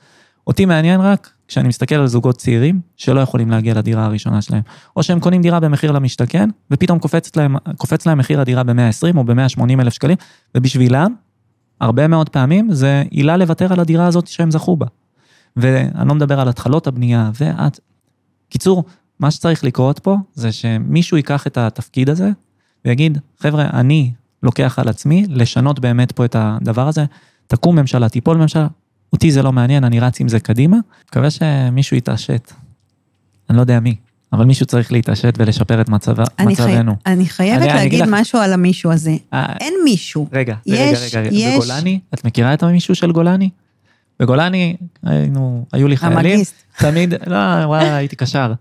אותי מעניין רק כשאני מסתכל על זוגות צעירים שלא יכולים להגיע לדירה הראשונה שלהם, או שהם קונים דירה במחיר למשתכן, ופתאום קופץ להם, קופץ להם מחיר הדירה ב-מאה ועשרים או ב-מאה ושמונים אלף שקלים, ובשבילם, הרבה מאוד פעמים, זה עילה לוותר על הדירה הזאת שהם זכו בה. ואני לא מדבר על התחלות הבנייה, ועד... קיצור, מה שצריך לקרות פה, זה שמישהו ייקח את התפקיד הזה, ויגיד, חבר'ה, אני לוקח על עצמי, לשנות באמת פה את הדבר הזה, תקום ממשלה, תיפול ממשלה, אותי זה לא מעניין, אני רץ עם זה קדימה, מקווה שמישהו יתעשת, אני לא יודע מי, אבל מישהו צריך להתעשת ולשפר את מצב, אני מצבנו. חי... אני חייבת אני, להגיד אני משהו לך... על המישהו הזה, אה, אין מישהו. רגע, יש, רגע, רגע, יש... בגולני, את מכירה את המישהו של גולני? בגולני, היינו, היו לי חיילים, המגיסט. תמיד, לא, וואי, הייתי קשר.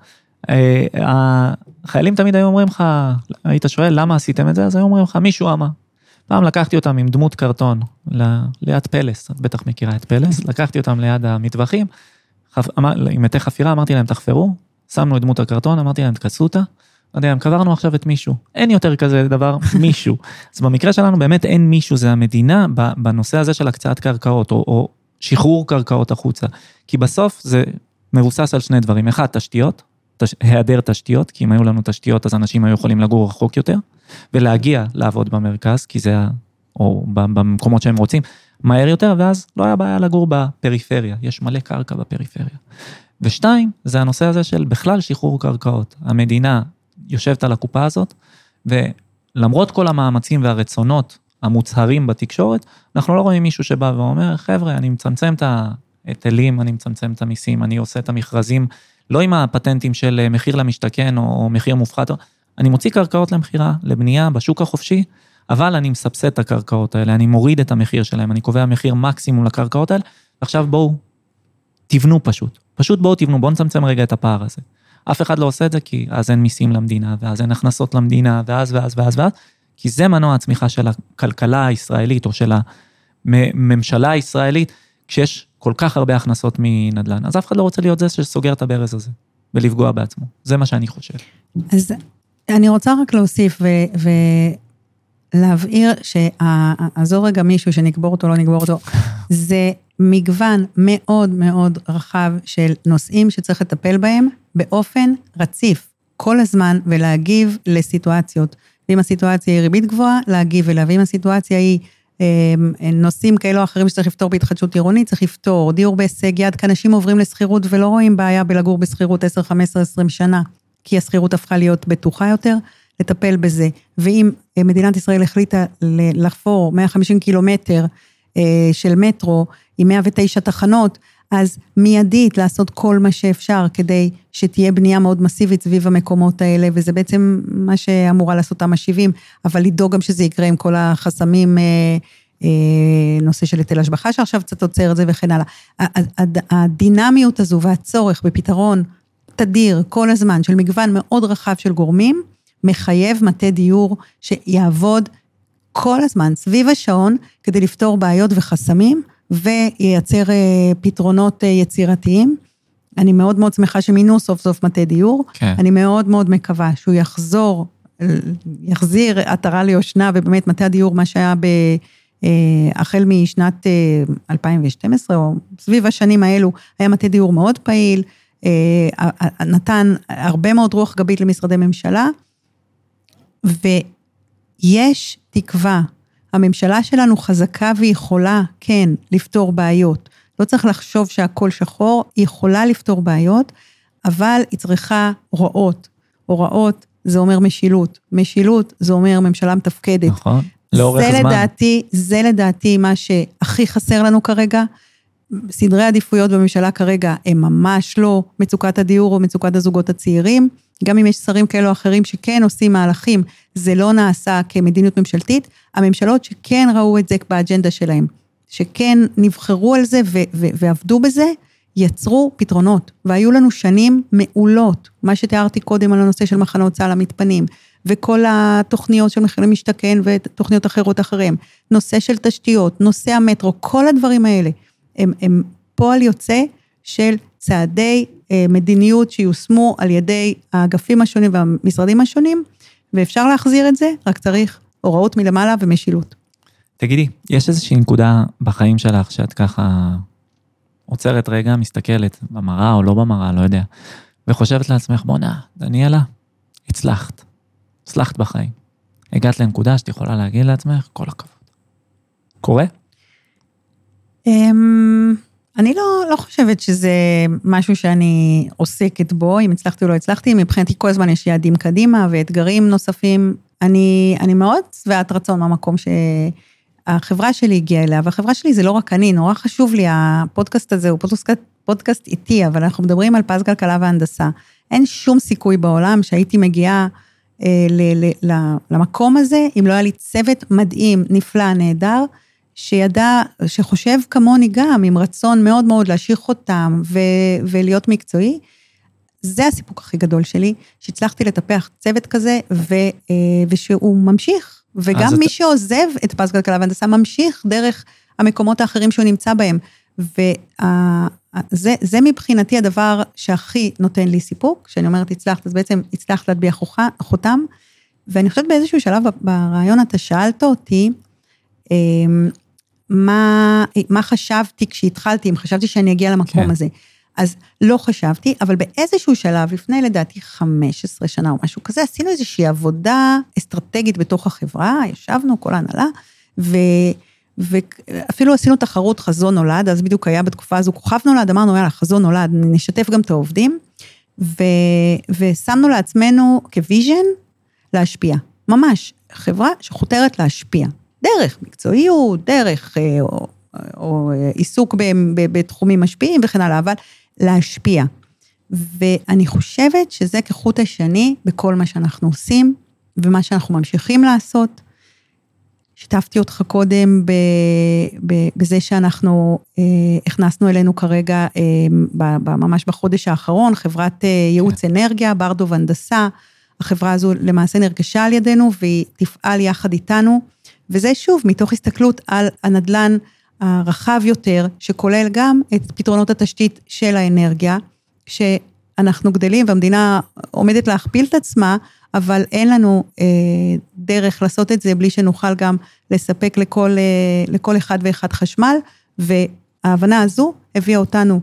החיילים תמיד היו אומרים לך, היית שואל, למה עשיתם את זה? אז היו אומרים לך, מישהו אמר. פעם לקחתי אותם עם דמות קרטון, ליד פלס, את בטח מכירה את פלס, לקחתי אותם ליד המטווחים, עם מתי חפירה, אמרתי להם, תחפרו, שמנו את דמות הקרטון, אמרתי להם, תכסו אותה, אמרתי להם, קברנו עכשיו את מישהו, אין יותר כזה דבר, מישהו. אז במקרה שלנו באמת אין מישהו, זה המדינה, בנושא הזה של הקצאת קרקעות, או, או שחרור קרקעות החוצה, כי בסוף זה מבוסס על שני דברים, אחד, תשתיות, תש... היעדר תשתיות, כי אם היו לנו תשתיות, אז אנשים היו יכולים לגור רחוק יותר, ולהגיע לעבוד במרכז, כי זה, או במקומות שהם רוצים, מהר יותר, ואז לא היה בעיה לגור בפריפריה, יש מלא קרקע בפריפריה. ושתיים, זה הנושא הזה של בכלל שחרור קרקעות. המדינה יושבת על הקופה הזאת, ולמרות כל המאמצים והרצונות המוצהרים בתקשורת, אנחנו לא רואים מישהו שבא ואומר, חבר'ה, אני מצמצם את ההיטלים, אני מצמצם את המיסים, אני עושה את המכרזים, לא עם הפטנטים של מחיר למשתכן או מחיר מופחת, אני מוציא קרקעות למחירה, לבנייה, בשוק החופשי, אבל אני מסבסד את הקרקעות האלה, אני מוריד את המחיר שלהם, אני קובע מחיר מקסימום לקרקעות האלה, ועכשיו בואו, תבנו פשוט. פשוט בואו תבנו, בואו נצמצם רגע את הפער הזה. אף אחד לא עושה את זה, כי אז אין מיסים למדינה, ואז אין הכנסות למדינה, ואז ואז ואז ואז, כי זה מנוע הצמיחה של הכלכלה הישראלית, או של הממשלה הישראלית, כשיש כל כך הרבה הכנסות מנדל"ן. אז אף אחד לא רוצה להיות זה שסוגר את הברז הזה, ולפגוע בעצמו. זה מה שאני חושב. אז אני רוצה רק להוסיף ו... להבהיר שהעזור רגע מישהו שנקבור אותו, לא נקבור אותו, זה מגוון מאוד מאוד רחב של נושאים שצריך לטפל בהם באופן רציף, כל הזמן, ולהגיב לסיטואציות. ואם הסיטואציה היא ריבית גבוהה, להגיב אליו. ואם הסיטואציה היא נושאים כאלו או אחרים שצריך לפתור בהתחדשות עירונית, צריך לפתור, דיור בהישג יד, כי אנשים עוברים לסחירות ולא רואים בעיה בלגור בסחירות עשר, חמש עשרה, עשרים שנה, כי הסחירות הפכה להיות בטוחה יותר, לטפל בזה. ואם מדינת ישראל החליטה לחפור מאה וחמישים קילומטר של מטרו עם מאה ותשע תחנות, אז מיידית לעשות כל מה שאפשר כדי שתהיה בנייה מאוד מסיבית סביב המקומות האלה, וזה בעצם מה שאמורה לעשות המשיבים, אבל לדאוג גם שזה יקרה עם כל החסמים, נושא של היטל השבחה שעכשיו קצת עוצר את זה וכן הלאה. הדינמיות הזו והצורך בפתרון תדיר כל הזמן של מגוון מאוד רחב של גורמים, מחייב מטה דיור שיעבוד כל הזמן סביב השעון, כדי לפתור בעיות וחסמים, וייצר פתרונות יצירתיים. אני מאוד מאוד שמחה שמינו סוף סוף מטה דיור, כן. אני מאוד מאוד מקווה שהוא יחזור, יחזיר עטרה ליושנה, ובאמת מטה הדיור, מה שהיה ב, החל משנת אלפיים ושתים עשרה, או סביב השנים האלו, היה מטה דיור מאוד פעיל, נתן הרבה מאוד רוח גבית למשרדי ממשלה, ויש תקווה, הממשלה שלנו חזקה ויכולה, כן, לפתור בעיות, לא צריך לחשוב שהכל שחור, היא יכולה לפתור בעיות, אבל היא צריכה הוראות, הוראות זה אומר משילות, משילות זה אומר ממשלה מתפקדת, נכון, לאורך זה הזמן. לדעתי, זה לדעתי מה שהכי חסר לנו כרגע, סדרי עדיפויות בממשלה כרגע, הם ממש לא מצוקת הדיור או מצוקת הזוגות הצעירים, גם אם יש שרים כאלו אחרים שכן עושים מהלכים, זה לא נעשה כמדיניות ממשלתית, הממשלות שכן ראו את זה באג'נדה שלהם, שכן נבחרו על זה ו- ו- ועבדו בזה, יצרו פתרונות, והיו לנו שנים מעולות, מה שתיארתי קודם על הנושא של מחנות צה"ל המתפנים, וכל התוכניות של מחיר למשתכן ותוכניות אחרות אחריהם, נושא של תשתיות, נושא המטרו, כל הדברים האלה, הם, הם פועל יוצא של צעדי אה, מדיניות שיושמו על ידי האגפים השונים והמשרדים השונים, ואפשר להחזיר את זה, רק צריך הוראות מלמעלה ומשילות. תגידי, יש איזושהי נקודה בחיים שלך שאת ככה עוצרת רגע, מסתכלת במראה או לא במראה, לא יודע, וחושבת לעצמך, בונה, דניאלה, הצלחת, הצלחת בחיים. הגעת לנקודה שאת יכולה להגיד לעצמך, כל הכבוד. קורה? אני לא, לא חושבת שזה משהו שאני עוסקת בו, אם הצלחתי או לא הצלחתי, מבחינתי כל הזמן יש יעדים קדימה ואתגרים נוספים. אני, אני מאוד שבעת רצון מהמקום שהחברה שלי הגיעה אליה, והחברה שלי זה לא רק אני, נורא חשוב לי, הפודקאסט הזה הוא פודקאסט, פודקאסט איתי, אבל אנחנו מדברים על פז כלכלה והנדסה. אין שום סיכוי בעולם שהייתי מגיעה אה, ל, ל, ל, למקום הזה, אם לא היה לי צוות מדהים, נפלא, נהדר, שידע, שחושב כמוני גם, עם רצון מאוד מאוד להשאיר אותם ו, ולהיות מקצועי, זה הסיפוק הכי גדול שלי, שהצלחתי לטפח צוות כזה, ו, ושהוא ממשיך, וגם מי אתה... שעוזב את פז כלכלה והנדסה, ממשיך דרך המקומות האחרים שהוא נמצא בהם, וזה זה מבחינתי הדבר שהכי נותן לי סיפוק, שאני אומרת הצלחת, אז בעצם הצלחת להטביע חותם, ואני חושבת באיזשהו שלב ברעיון אתה שאלת אותי, מה, מה חשבתי כשהתחלתי, אם חשבתי שאני אגיע למקום כן. הזה, אז לא חשבתי, אבל באיזשהו שלב, לפני לדעתי חמש עשרה שנה או משהו כזה, עשינו איזושהי עבודה אסטרטגית בתוך החברה, ישבנו כל ההנהלה, ו, ואפילו עשינו תחרות חזון נולד, אז בדיוק היה בתקופה הזו, כוכב נולד, אמרנו, יאללה, חזון נולד, נשתף גם את העובדים, ו, ושמנו לעצמנו כוויז'ן להשפיע, ממש, חברה שחותרת להשפיע, דרך מקצועיות, דרך או, או עיסוק בתחומים משפיעים וכן הלאה, אבל להשפיע. ואני חושבת שזה כחוט השני בכל מה שאנחנו עושים, ומה שאנחנו ממשיכים לעשות. שיתפתי אותך קודם בזה שאנחנו הכנסנו אלינו כרגע, ממש בחודש האחרון, חברת ייעוץ אנרגיה, ברדוב הנדסה, החברה הזו למעשה נרכשה על ידינו, והיא תפעל יחד איתנו, וזה שוב, מתוך הסתכלות על הנדלן הרחב יותר, שכולל גם את פתרונות התשתית של האנרגיה, שאנחנו גדלים, והמדינה עומדת להכפיל את עצמה, אבל אין לנו אה, דרך לעשות את זה, בלי שנוכל גם לספק לכל, אה, לכל אחד ואחד חשמל, וההבנה הזו הביאה אותנו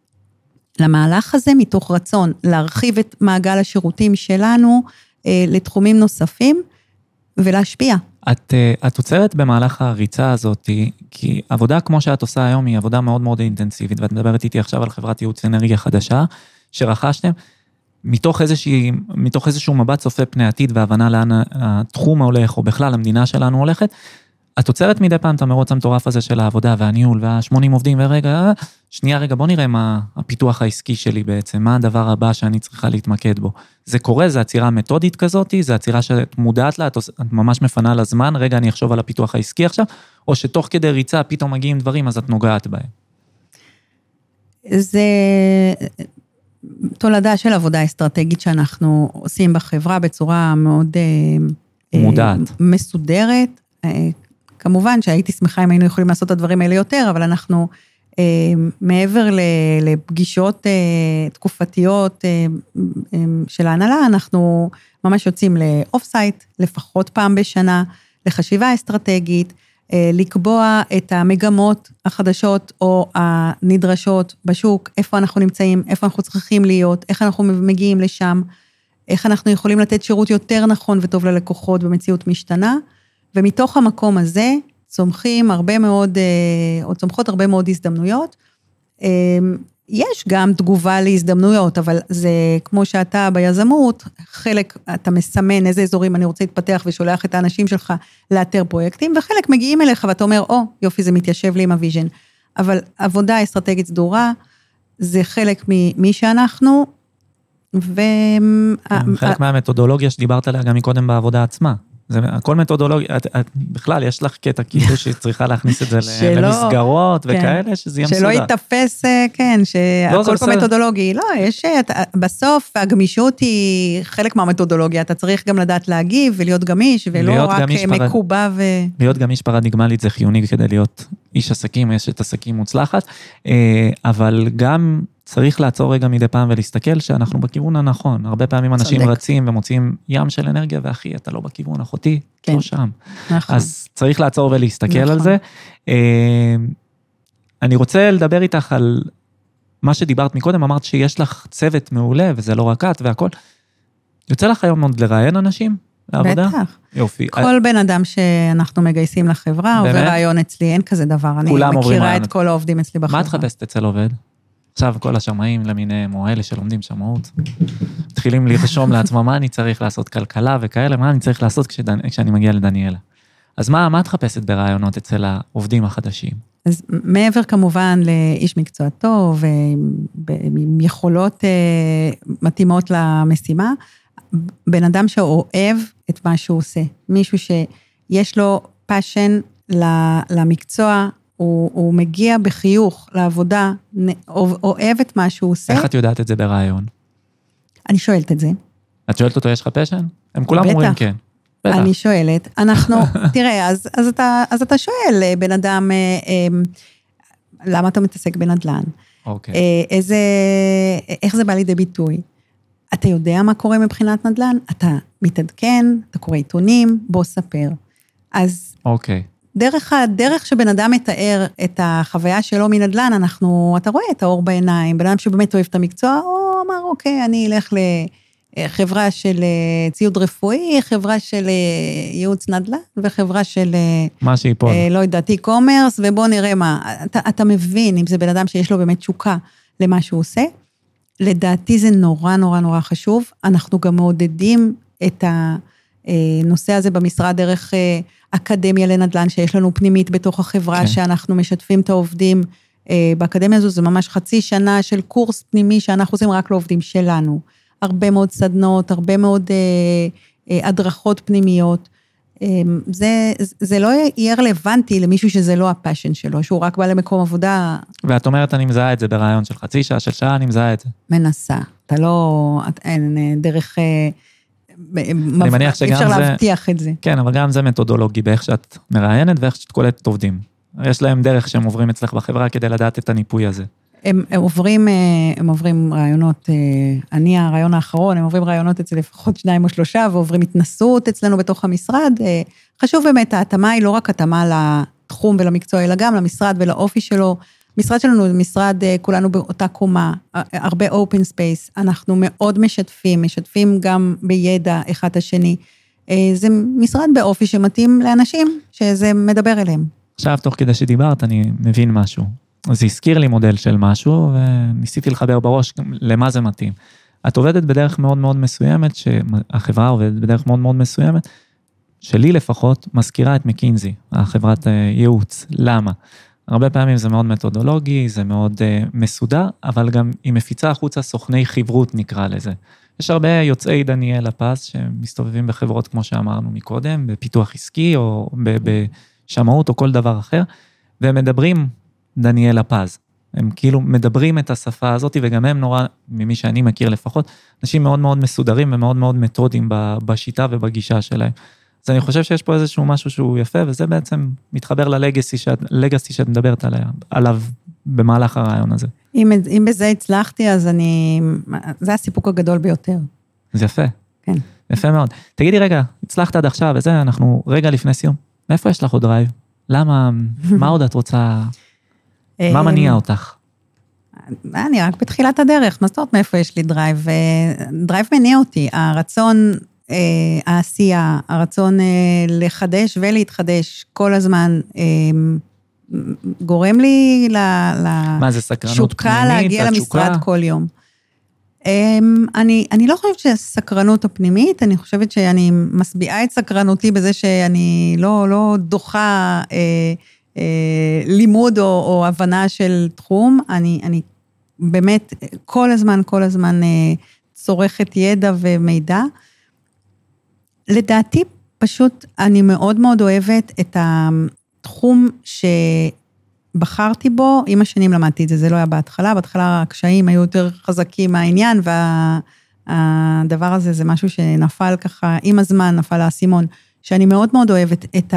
למהלך הזה, מתוך רצון להרחיב את מעגל השירותים שלנו, אה, לתחומים נוספים, ולהשפיע. את, את עוצרת במהלך הריצה הזאת, כי עבודה כמו שאת עושה היום, היא עבודה מאוד מאוד אינטנסיבית, ואת מדברת איתי עכשיו על חברת ייעוץ אנרגיה חדשה, שרכשתם, מתוך איזושהי, מתוך איזשהו מבט צופה פני עתיד, והבנה לאן התחום הולך, או בכלל המדינה שלנו הולכת, את עוצרת מדי פעם את המרוץ המטורף הזה של העבודה, והניהול, והשמונים עובדים, ורגע, שנייה רגע, בוא נראה מה הפיתוח העסקי שלי בעצם, מה הדבר הבא שאני צריכה להתמקד בו. זה קורה, זה עצירה מתודית כזאת, זה עצירה שאת מודעת לה, את ממש מפנה לזמן, רגע אני אחשוב על הפיתוח העסקי עכשיו, או שתוך כדי ריצה פתאום מגיעים דברים, אז את נוגעת בהם. זה תולדה של עבודה אסטרטגית שאנחנו עושים בחברה בצורה מאוד מודעת, מסודרת. כמובן שהייתי שמחה אם היינו יכולים לעשות את הדברים האלה יותר, אבל אנחנו מעבר לפגישות תקופתיות של ההנהלה, אנחנו ממש יוצאים לאוף סייט, לפחות פעם בשנה, לחשיבה אסטרטגית, לקבוע את המגמות החדשות או הנדרשות בשוק, איפה אנחנו נמצאים, איפה אנחנו צריכים להיות, איך אנחנו מגיעים לשם, איך אנחנו יכולים לתת שירות יותר נכון וטוב ללקוחות במציאות משתנה, ומתוך המקום הזה צומחים הרבה מאוד, או צומחות הרבה מאוד הזדמנויות. יש גם תגובה להזדמנויות, אבל זה כמו שאתה ביזמות, חלק אתה מסמן איזה אזורים אני רוצה להתפתח ושולח את האנשים שלך לאתר פרויקטים, וחלק מגיעים אליך ואתה אומר, או, יופי, זה מתיישב לי עם הוויז'ן. אבל עבודה אסטרטגית סדורה, זה חלק ממי שאנחנו, ו... חלק מהמתודולוגיה שדיברת עליה גם מקודם בעבודה עצמה. זה הכל מתודולוגיה, את, את, בכלל יש לך קטע כאילו שצריכה להכניס את זה שלא, למסגרות כן. וכאלה, שזה יהיה מסודר. שלא יתפס, כן, שהכל לא, פה מתודולוגי. לא, יש, בסוף הגמישות היא חלק מהמתודולוגיה, אתה צריך גם לדעת להגיב ולהיות גמיש, ולא רק מקובע ו... להיות גמיש פרדיגמלית זה חיוני כדי להיות איש עסקים, יש את עסקים מוצלחת, אבל גם... צריך לעצור רגע מדי פעם ולהסתכל שאנחנו בכיוון הנכון. הרבה פעמים אנשים צודק. רצים ומוצאים ים של אנרגיה, ואחי, אתה לא בכיוון, אחותי, כן. לא שם. נכון. אז צריך לעצור ולהסתכל נכון. על זה. אני רוצה לדבר איתך על מה שדיברת מקודם, אמרת שיש לך צוות מעולה, וזה לא רק את והכל. יוצא לך היום עוד לראיין אנשים לעבודה? בטח. יופי. כל בן אדם שאנחנו מגייסים לחברה, עובר רעיון אצלי, אין כזה דבר. אני מכירה את כל העובדים אצלי בחברה. מה את חפשת אצל עובד? עכשיו כל השמאים למיניהם, או אלה שלומדים שמאות, מתחילים לרשום לעצמם מה אני צריך לעשות כלכלה וכאלה, מה אני צריך לעשות כשאני מגיע לדניאלה. אז מה, מה את חפשת ברעיונות אצל העובדים החדשים? אז מעבר כמובן לאיש מקצוע טוב, עם יכולות מתאימות למשימה, בן אדם שאוהב את מה שהוא עושה. מישהו שיש לו פאשן למקצוע, הוא, הוא מגיע בחיוך לעבודה, אוהב את מה שהוא עושה. איך את יודעת את זה ברעיון? אני שואלת את זה. את שואלת אותו, יש לך פאשן? הם כולם אומרים כן. בטח. אני שואלת, אנחנו, תראה, אז, אז, אתה, אז אתה שואל, בן אדם, אה, אה, למה אתה מתעסק בנדל"ן? אוקיי. אה, איזה, איך זה בא לידי ביטוי? אתה יודע מה קורה מבחינת נדל"ן? אתה מתעדכן, אתה קורא עיתונים, בוא ספר. אז... אוקיי. דרך הדרך שבן אדם מתאר את החוויה שלו מנדל"ן, אנחנו, אתה רואה את האור בעיניים, בן אדם שבאמת אוהב את המקצוע, או אמר, אוקיי, אני אלך לחברה של ציוד רפואי, חברה של ייעוץ נדל"ן, וחברה של, מה שיפול. לא יודעת, e-commerce, ובוא נראה מה, אתה, אתה מבין, אם זה בן אדם שיש לו באמת תשוקה למה שהוא עושה, לדעתי זה נורא נורא נורא חשוב, אנחנו גם מעודדים את הנושא הזה במשרד דרך אקדמיה לנדל"ן, שיש לנו פנימית בתוך החברה, okay. שאנחנו משתפים את העובדים באקדמיה הזו, זה ממש חצי שנה של קורס פנימי, שאנחנו עושים רק לעובדים שלנו, הרבה מאוד סדנות, הרבה מאוד הדרכות פנימיות, זה, זה לא יהיה רלוונטי למישהו שזה לא הפאשן שלו, שהוא רק בא למקום עבודה. ואת אומרת, אני מזהה את זה ברעיון של חצי שעה, של שעה, אני מזהה את זה. מנסה, אתה לא, אין דרך, אני מניח שגם אפשר זה, להבטיח את זה. כן, אבל גם זה מתודולוגי, באיך שאת מראיינת ואיך שאת קולטת עובדים. יש להם דרך שהם עוברים אצלך בחברה כדי לדעת את הניפוי הזה. הם, הם עוברים, הם עוברים רעיונות, אני הרעיון האחרון, הם עוברים רעיונות אצל לפחות שניים או שלושה, ועוברים התנסות אצלנו בתוך המשרד. חשוב באמת, ההתאמה היא לא רק התאמה לתחום ולמקצוע, אלא גם למשרד ולאופי שלו. המשרד שלנו זה משרד, כולנו באותה קומה, הרבה open space, אנחנו מאוד משתפים, משתפים גם בידע אחד השני. זה משרד באופי שמתאים לאנשים, שזה מדבר אליהם. עכשיו, תוך כדי שדיברת, אני מבין משהו. זה הזכיר לי מודל של משהו, וניסיתי לחבר בראש למה זה מתאים. את עובדת בדרך מאוד מאוד מסוימת, שהחברה עובדת בדרך מאוד מאוד מסוימת, שלי לפחות מזכירה את מקינזי, החברת ייעוץ. למה? הרבה פעמים זה מאוד מתודולוגי, זה מאוד uh, מסודר, אבל גם היא מפיצה החוצה סוכני חברות נקרא לזה. יש הרבה יוצאי דניאל הפז שמסתובבים בחברות כמו שאמרנו מקודם, בפיתוח עסקי או בשמאות או כל דבר אחר, והם מדברים דניאל הפז. הם כאילו מדברים את השפה הזאת, וגם הם נורא, ממי שאני מכיר לפחות, אנשים מאוד מאוד מסודרים ומאוד מאוד מתודיים בשיטה ובגישה שלהם. אז אני חושב שיש פה איזשהו משהו שהוא יפה, וזה בעצם מתחבר ללגסי שאת, לגסי שאת מדברת עליה, עליו במהלך הרעיון הזה. אם, אם בזה הצלחתי, אז אני, זה הסיפוק הגדול ביותר. זה יפה. כן. יפה מאוד. תגידי רגע, הצלחת עד עכשיו, וזה, אנחנו רגע לפני סיום. מאיפה יש לך עוד דרייב? למה, מה עוד את רוצה, מה מניע אותך? אני רק בתחילת הדרך, מה זאת אומרת מאיפה יש לי דרייב? דרייב מניע אותי, הרצון... העשייה, הרצון לחדש ולהתחדש כל הזמן, גורם לי לתשוקה להגיע למשרד כל יום. אני, אני לא חושבת שהסקרנות הפנימית, אני חושבת שאני משביעה את סקרנותי בזה שאני לא, לא דוחה לימוד או, או הבנה של תחום, אני, אני באמת כל הזמן, כל הזמן צורכת ידע ומידע, לדעתי, פשוט אני מאוד מאוד אוהבת את התחום שבחרתי בו, עם השנים למדתי את זה, זה לא היה בהתחלה, בהתחלה הקשיים היו יותר חזקים מהעניין, והדבר הזה זה משהו שנפל ככה, עם הזמן נפל האסימון, שאני מאוד מאוד אוהבת את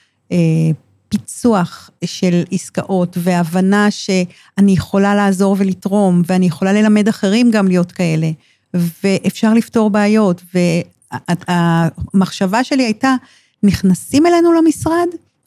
הפיצוח של עסקאות, והבנה שאני יכולה לעזור ולתרום, ואני יכולה ללמד אחרים גם להיות כאלה, ואפשר לפתור בעיות, ו... המחשבה שלי הייתה, נכנסים אלינו למשרד,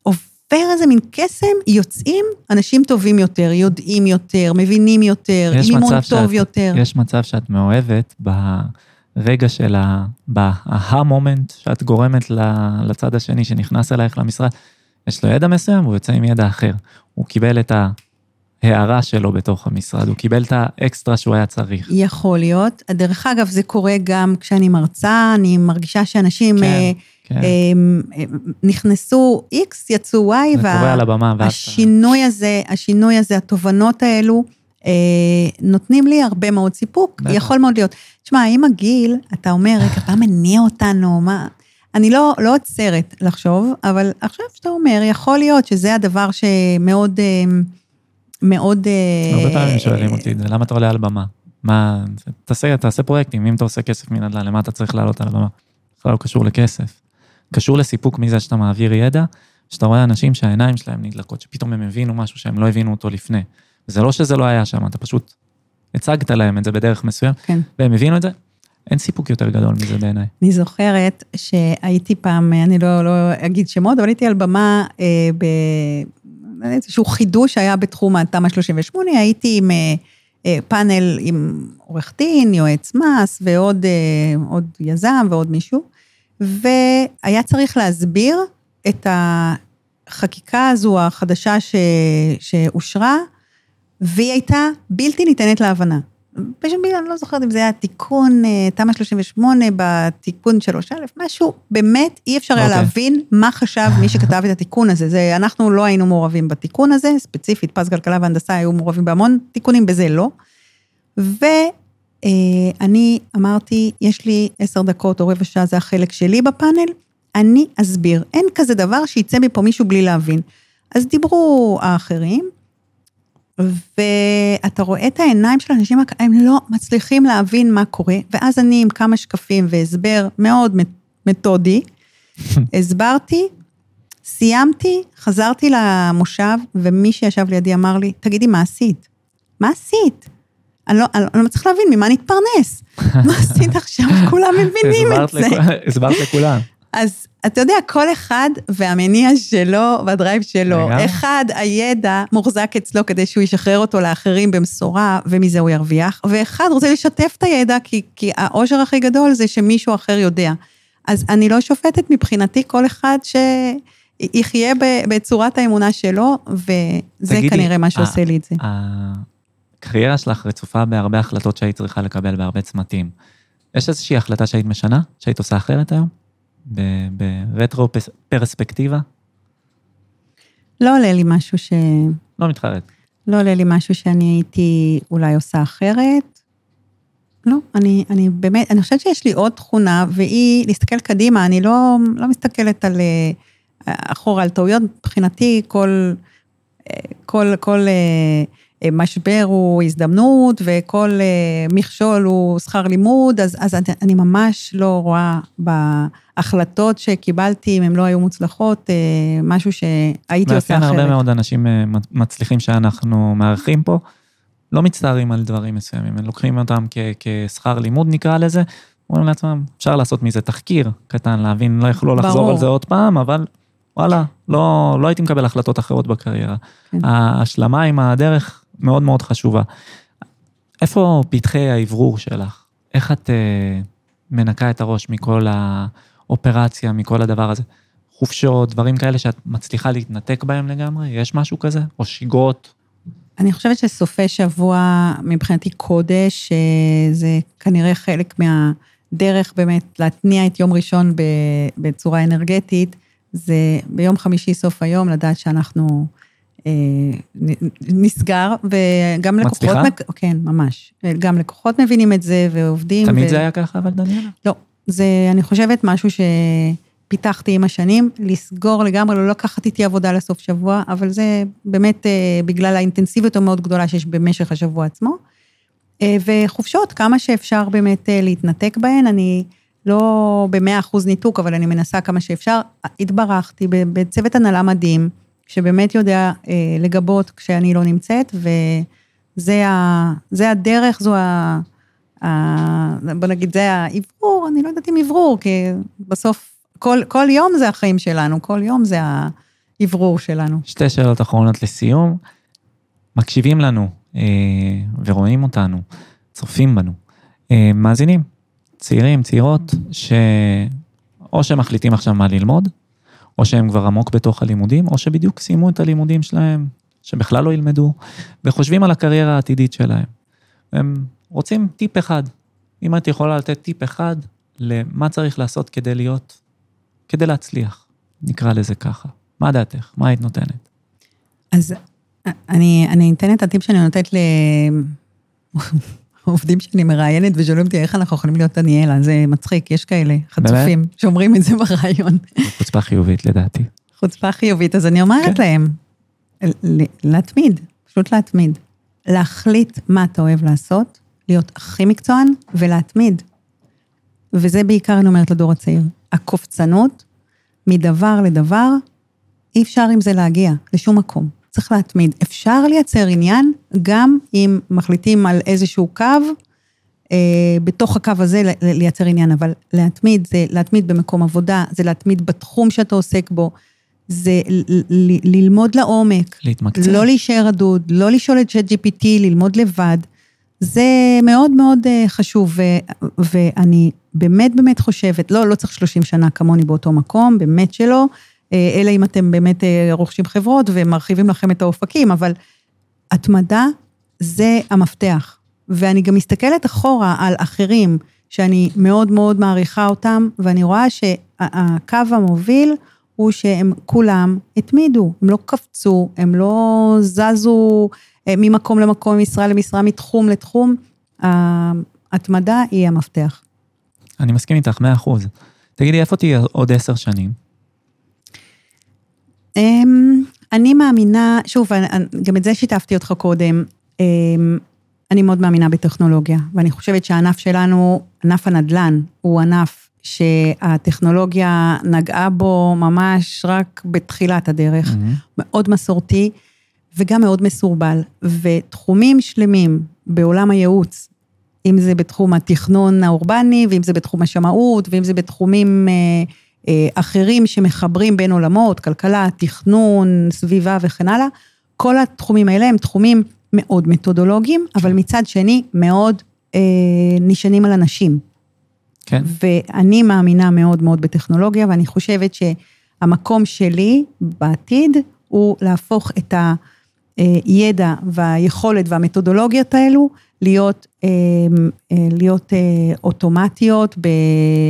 עובר איזה מין קסם, יוצאים אנשים טובים יותר, יודעים יותר, מבינים יותר, עם אימון טוב יותר. יש מצב שאת מאוהבת ברגע של ה... בהה-מומנט שאת גורמת לצד השני שנכנס אלייך למשרד, יש לו ידע מסוים, הוא יוצא עם ידע אחר. הוא קיבל את ההערה שלו בתוך המשרד, הוא קיבל את האקסטרה שהוא היה צריך. יכול להיות. דרך אגב, זה קורה גם כשאני מרצה, אני מרגישה שאנשים כן, כן. נכנסו X, יצאו Y, זה קורה על הבמה. והשינוי הזה, השינוי הזה, התובנות האלו, נותנים לי הרבה מאוד סיפוק. יכול מאוד להיות. תשמע, עם הגיל, אתה אומר, רגע, מה מניע אותנו, מה... אני לא, לא עוצרת לחשוב, אבל עכשיו שאתה אומר, יכול להיות שזה הדבר שמאוד, מאוד... הרבה פעמים שואלים אותי, למה אתה עולה על במה? מה, תעשה, תעשה פרויקטים, אם אתה עושה כסף מנדל"ן, למה אתה צריך לעלות על הבמה? זה לא קשור לכסף. קשור לסיפוק מזה שאתה מעביר ידע, שאתה רואה אנשים שהעיניים שלהם נדלקות, שפתאום הם הבינו משהו שהם לא הבינו אותו לפני. וזה לא שזה לא היה שם, אתה פשוט הצגת להם את זה בדרך מסוים, כן. והם הבינו את זה. אין סיפוק יותר גדול מזה בעיניי. אני זוכרת שהייתי פעם, אני לא, לא אגיד שמות, אבל הייתי על במה אה, באיזשהו חידוש שהיה בתחום התמ"א שלושים ושמונה, הייתי עם אה, פאנל עם עורך דין, יועץ מס, ועוד אה, עוד יזם ועוד מישהו, והיה צריך להסביר את החקיקה הזו החדשה ש, שאושרה, והיא הייתה בלתי ניתנת להבנה. פשוט מילה, אני לא זוכרת אם זה היה תיקון, תמ"א שלושים ושמונה, בתיקון שלוש א', משהו, באמת אי אפשר היה להבין מה חשב מי שכתב את התיקון הזה. זה, אנחנו לא היינו מעורבים בתיקון הזה, ספציפית, פס כלכלה והנדסה היו מעורבים בהמון תיקונים, בזה לא. ואני אמרתי, יש לי עשר דקות או רבע שעה, זה החלק שלי בפאנל, אני אסביר. אין כזה דבר שיצא מפה מישהו בלי להבין. אז דיברו האחרים, ואתה רואה את העיניים של האנשים, הם לא מצליחים להבין מה קורה, ואז אני עם כמה שקפים והסבר מאוד מתודי, הסברתי, סיימתי, חזרתי למושב, ומי שישב לידי אמר לי, תגידי, מה עשית? מה עשית? אני לא, אני לא מצליח להבין, ממה נתפרנס? מה עשית עכשיו? כולם מבינים את זה. הסברת לכולם. אז אתה יודע, כל אחד והמניע שלו והדרייב שלו, אחד הידע מוחזק אצלו כדי שהוא ישחרר אותו לאחרים במסורה, ומזה הוא ירוויח, ואחד רוצה לשתף את הידע, כי, כי העושר הכי גדול זה שמישהו אחר יודע. אז אני לא שופטת מבחינתי כל אחד שיחיה בצורת האמונה שלו, וזה תגידי, כנראה מה שעושה לי את זה. הקריירה שלך רצופה בהרבה החלטות שהיית צריכה לקבל בהרבה צמתים. יש איזושהי החלטה שהיית משנה, שהיית עושה אחרת היום? ברטרו פרספקטיבה? לא עולה לי משהו ש... לא מתחרט. לא עולה לי משהו שאני הייתי אולי עושה אחרת. לא, אני, אני באמת, אני חושבת שיש לי עוד תכונה, והיא להסתכל קדימה, אני לא, לא מסתכלת על אחורה, על טעויות, מבחינתי כל, כל, כל משבר הוא הזדמנות, וכל מכשול הוא שכר לימוד, אז, אז אני ממש לא רואה בהחלטות שקיבלתי, אם הן לא היו מוצלחות, משהו שהייתי עושה אחרת. הרבה מאוד אנשים מצליחים שאנחנו מערכים פה, לא מצטערים על דברים מסוימים, הם לוקחים אותם כשכר לימוד נקרא לזה, אומרים לעצמם, אפשר לעשות מזה תחקיר קטן, להבין, לא יכלו לחזור ברור. על זה עוד פעם, אבל וואלה, לא, לא הייתי מקבל החלטות אחרות בקריירה. כן. ההשלמה עם הדרך מאוד מאוד חשובה. איפה פתחי העברור שלך? איך את אה, מנקה את הראש מכל האופרציה, מכל הדבר הזה? חופשות, דברים כאלה שאת מצליחה להתנתק בהם לגמרי? יש משהו כזה? או שיגות? אני חושבת שסופי שבוע מבחינתי קודש, זה כנראה חלק מהדרך באמת להתניע את יום ראשון בצורה אנרגטית, זה ביום חמישי סוף היום לדעת שאנחנו אה, נסגר, וגם לקוחות... מצליחה? מק... כן, ממש. גם לקוחות מבינים את זה ועובדים. תמיד ו... זה היה ככה, אבל דניאלה? לא, זה אני חושבת משהו שפיתחתי עם השנים, לסגור לגמרי, לא לקחת איתי עבודה לסוף שבוע, אבל זה באמת אה, בגלל האינטנסיביות המאוד גדולה שיש במשך השבוע עצמו, אה, וחופשות, כמה שאפשר באמת אה, להתנתק בהן, אני... לא במאה אחוז ניתוק, אבל אני מנסה כמה שאפשר. התברכתי בצוות הנהלה מדהים, שבאמת יודע אה, לגבות כשאני לא נמצאת, וזה ה, זה הדרך, זו ה, ה... בוא נגיד, זה העברור, אני לא יודעת אם עברור, כי בסוף כל, כל יום זה החיים שלנו, כל יום זה העברור שלנו. שתי שאלות אחרונות לסיום. מקשיבים לנו אה, ורואים אותנו, צופים בנו. אה, מאזינים, צעירים, צעירות, שאו שמחליטים עכשיו מה ללמוד, או שהם כבר עמוק בתוך הלימודים, או שבדיוק סיימו את הלימודים שלהם, שבכלל לא ילמדו, וחושבים על הקריירה העתידית שלהם. הם רוצים טיפ אחד. אם את יכולה לתת טיפ אחד, למה צריך לעשות כדי להיות, כדי להצליח. נקרא לזה ככה. מה דעתך? מה היית נותנת? אז אני, אני נותנת את הטיפ שאני נותנת לעובדים שאני מראיינת, ושואלים אותי איך אנחנו יכולים להיות דניאלה. זה מצחיק, יש כאלה חצופים שאומרים את זה ברעיון. חוצפה חיובית לדעתי. חוצפה חיובית, אז אני אומרת להם, להתמיד, פשוט להתמיד. להחליט מה אתה אוהב לעשות, להיות הכי מקצוען ולהתמיד. וזה בעיקר אני אומרת לדור הצעיר. הקופצנות, מדבר לדבר, אי אפשר עם זה להגיע לשום מקום. צריך להתמיד. אפשר לייצר עניין, גם אם מחליטים על איזשהו קו, אה, בתוך הקו הזה לייצר עניין, אבל להתמיד, זה להתמיד במקום עבודה, זה להתמיד בתחום שאתה עוסק בו, זה ל- ל- ללמוד לעומק, להתמקצע. לא להישאר עדוד, לא לשאול את צ'אט ג'י פי טי, ללמוד לבד, זה מאוד מאוד חשוב, ו- ואני באמת באמת חושבת, לא, לא צריך שלושים שנה כמוני באותו מקום, באמת שלא, אלא אם אתם באמת רוכשים חברות ומרחיבים לכם את האופקים, אבל התמדה זה המפתח, ואני גם מסתכלת אחורה על אחרים, שאני מאוד מאוד מעריכה אותם, ואני רואה שהקו המוביל, הוא שהם כולם התמידו, הם לא קפצו, הם לא זזו ממקום למקום, משרה למשרה, מתחום לתחום, ההתמדה היא המפתח. אני מסכים איתך, מאה אחוז. תגידי, איפה תהיה עוד עשר שנים? אני מאמינה, שוב, גם את זה שיתפתי אותך קודם, אני מאוד מאמינה בטכנולוגיה, ואני חושבת שהענף שלנו, ענף הנדל"ן, הוא ענף שהטכנולוגיה נגעה בו ממש רק בתחילת הדרך, מאוד מסורתי, וגם מאוד מסורבל, ותחומים שלמים בעולם הייעוץ, אם זה בתחום התכנון האורבני, ואם זה בתחום השמאות, ואם זה בתחומים אחרים שמחברים בין עולמות, כלכלה, תכנון, סביבה וכן הלאה, כל התחומים האלה הם תחומים מאוד מתודולוגיים, אבל מצד שני מאוד אה, נשענים על אנשים. כן. ואני מאמינה מאוד מאוד בטכנולוגיה, ואני חושבת שהמקום שלי בעתיד, הוא להפוך את הידע והיכולת והמתודולוגיות האלו, להיות, אה, אה, להיות אה, אוטומטיות ב...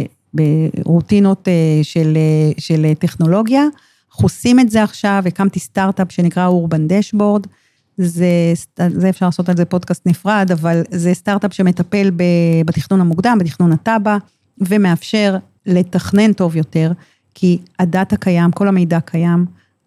ברוטינות של, של טכנולוגיה, אנחנו עושים את זה עכשיו, הקמתי סטארט-אפ שנקרא אורבן דשבורד, זה, זה אפשר לעשות על זה פודקאסט נפרד, אבל זה סטארט-אפ שמטפל בתכנון המוקדם, בתכנון הטאבה, ומאפשר לתכנן טוב יותר, כי הדאטה קיים, כל המידע קיים,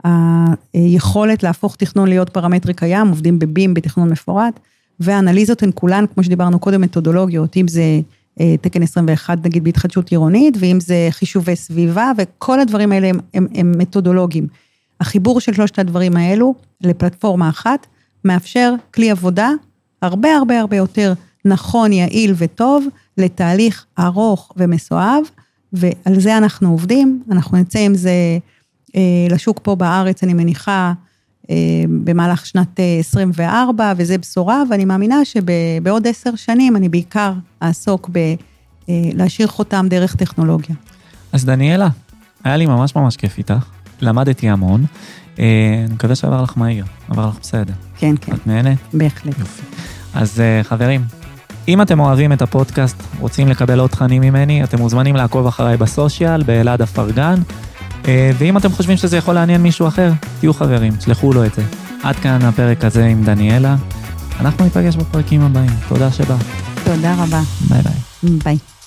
היכולת להפוך תכנון להיות פרמטרי קיים, עובדים בבים בתכנון מפורט, והאנליזות הן כולן, כמו שדיברנו קודם, מתודולוגיות, אם זה תקן עשרים ואחת, נגיד בהתחדשות עירונית, ואם זה חישובי סביבה, וכל הדברים האלה הם, הם, הם מתודולוגיים. החיבור של שלושת הדברים האלו, לפלטפורמה אחת, מאפשר כלי עבודה, הרבה הרבה הרבה יותר נכון, יעיל וטוב, לתהליך ארוך ומסואב, ועל זה אנחנו עובדים, אנחנו נצא עם זה אה, לשוק פה בארץ, אני מניחה, אה, במהלך שנת עשרים וארבע, וזה בשורה, ואני מאמינה שבעוד עשר שנים, אני בעיקר אעסוק ב... להשאיר חותם דרך טכנולוגיה. אז דניאלה, היה לי ממש ממש כיף איתך, למדתי המון, אני מקווה שעבר לך מהיר, עבר לך בסדר. כן, כן. את נהנית? בהחלט. יופי. אז חברים, אם אתם אוהבים את הפודקאסט, רוצים לקבל עוד תכנים ממני, אתם מוזמנים לעקוב אחריי בסושיאל, באלעד אפרגן, ואם אתם חושבים שזה יכול לעניין מישהו אחר, תהיו חברים, שלחו לו את זה. עד כאן הפרק הזה עם דניאלה, אנחנו ניפגש בפרקים הבאים. תודה שבא. תודה רבה. ביי ביי. ביי.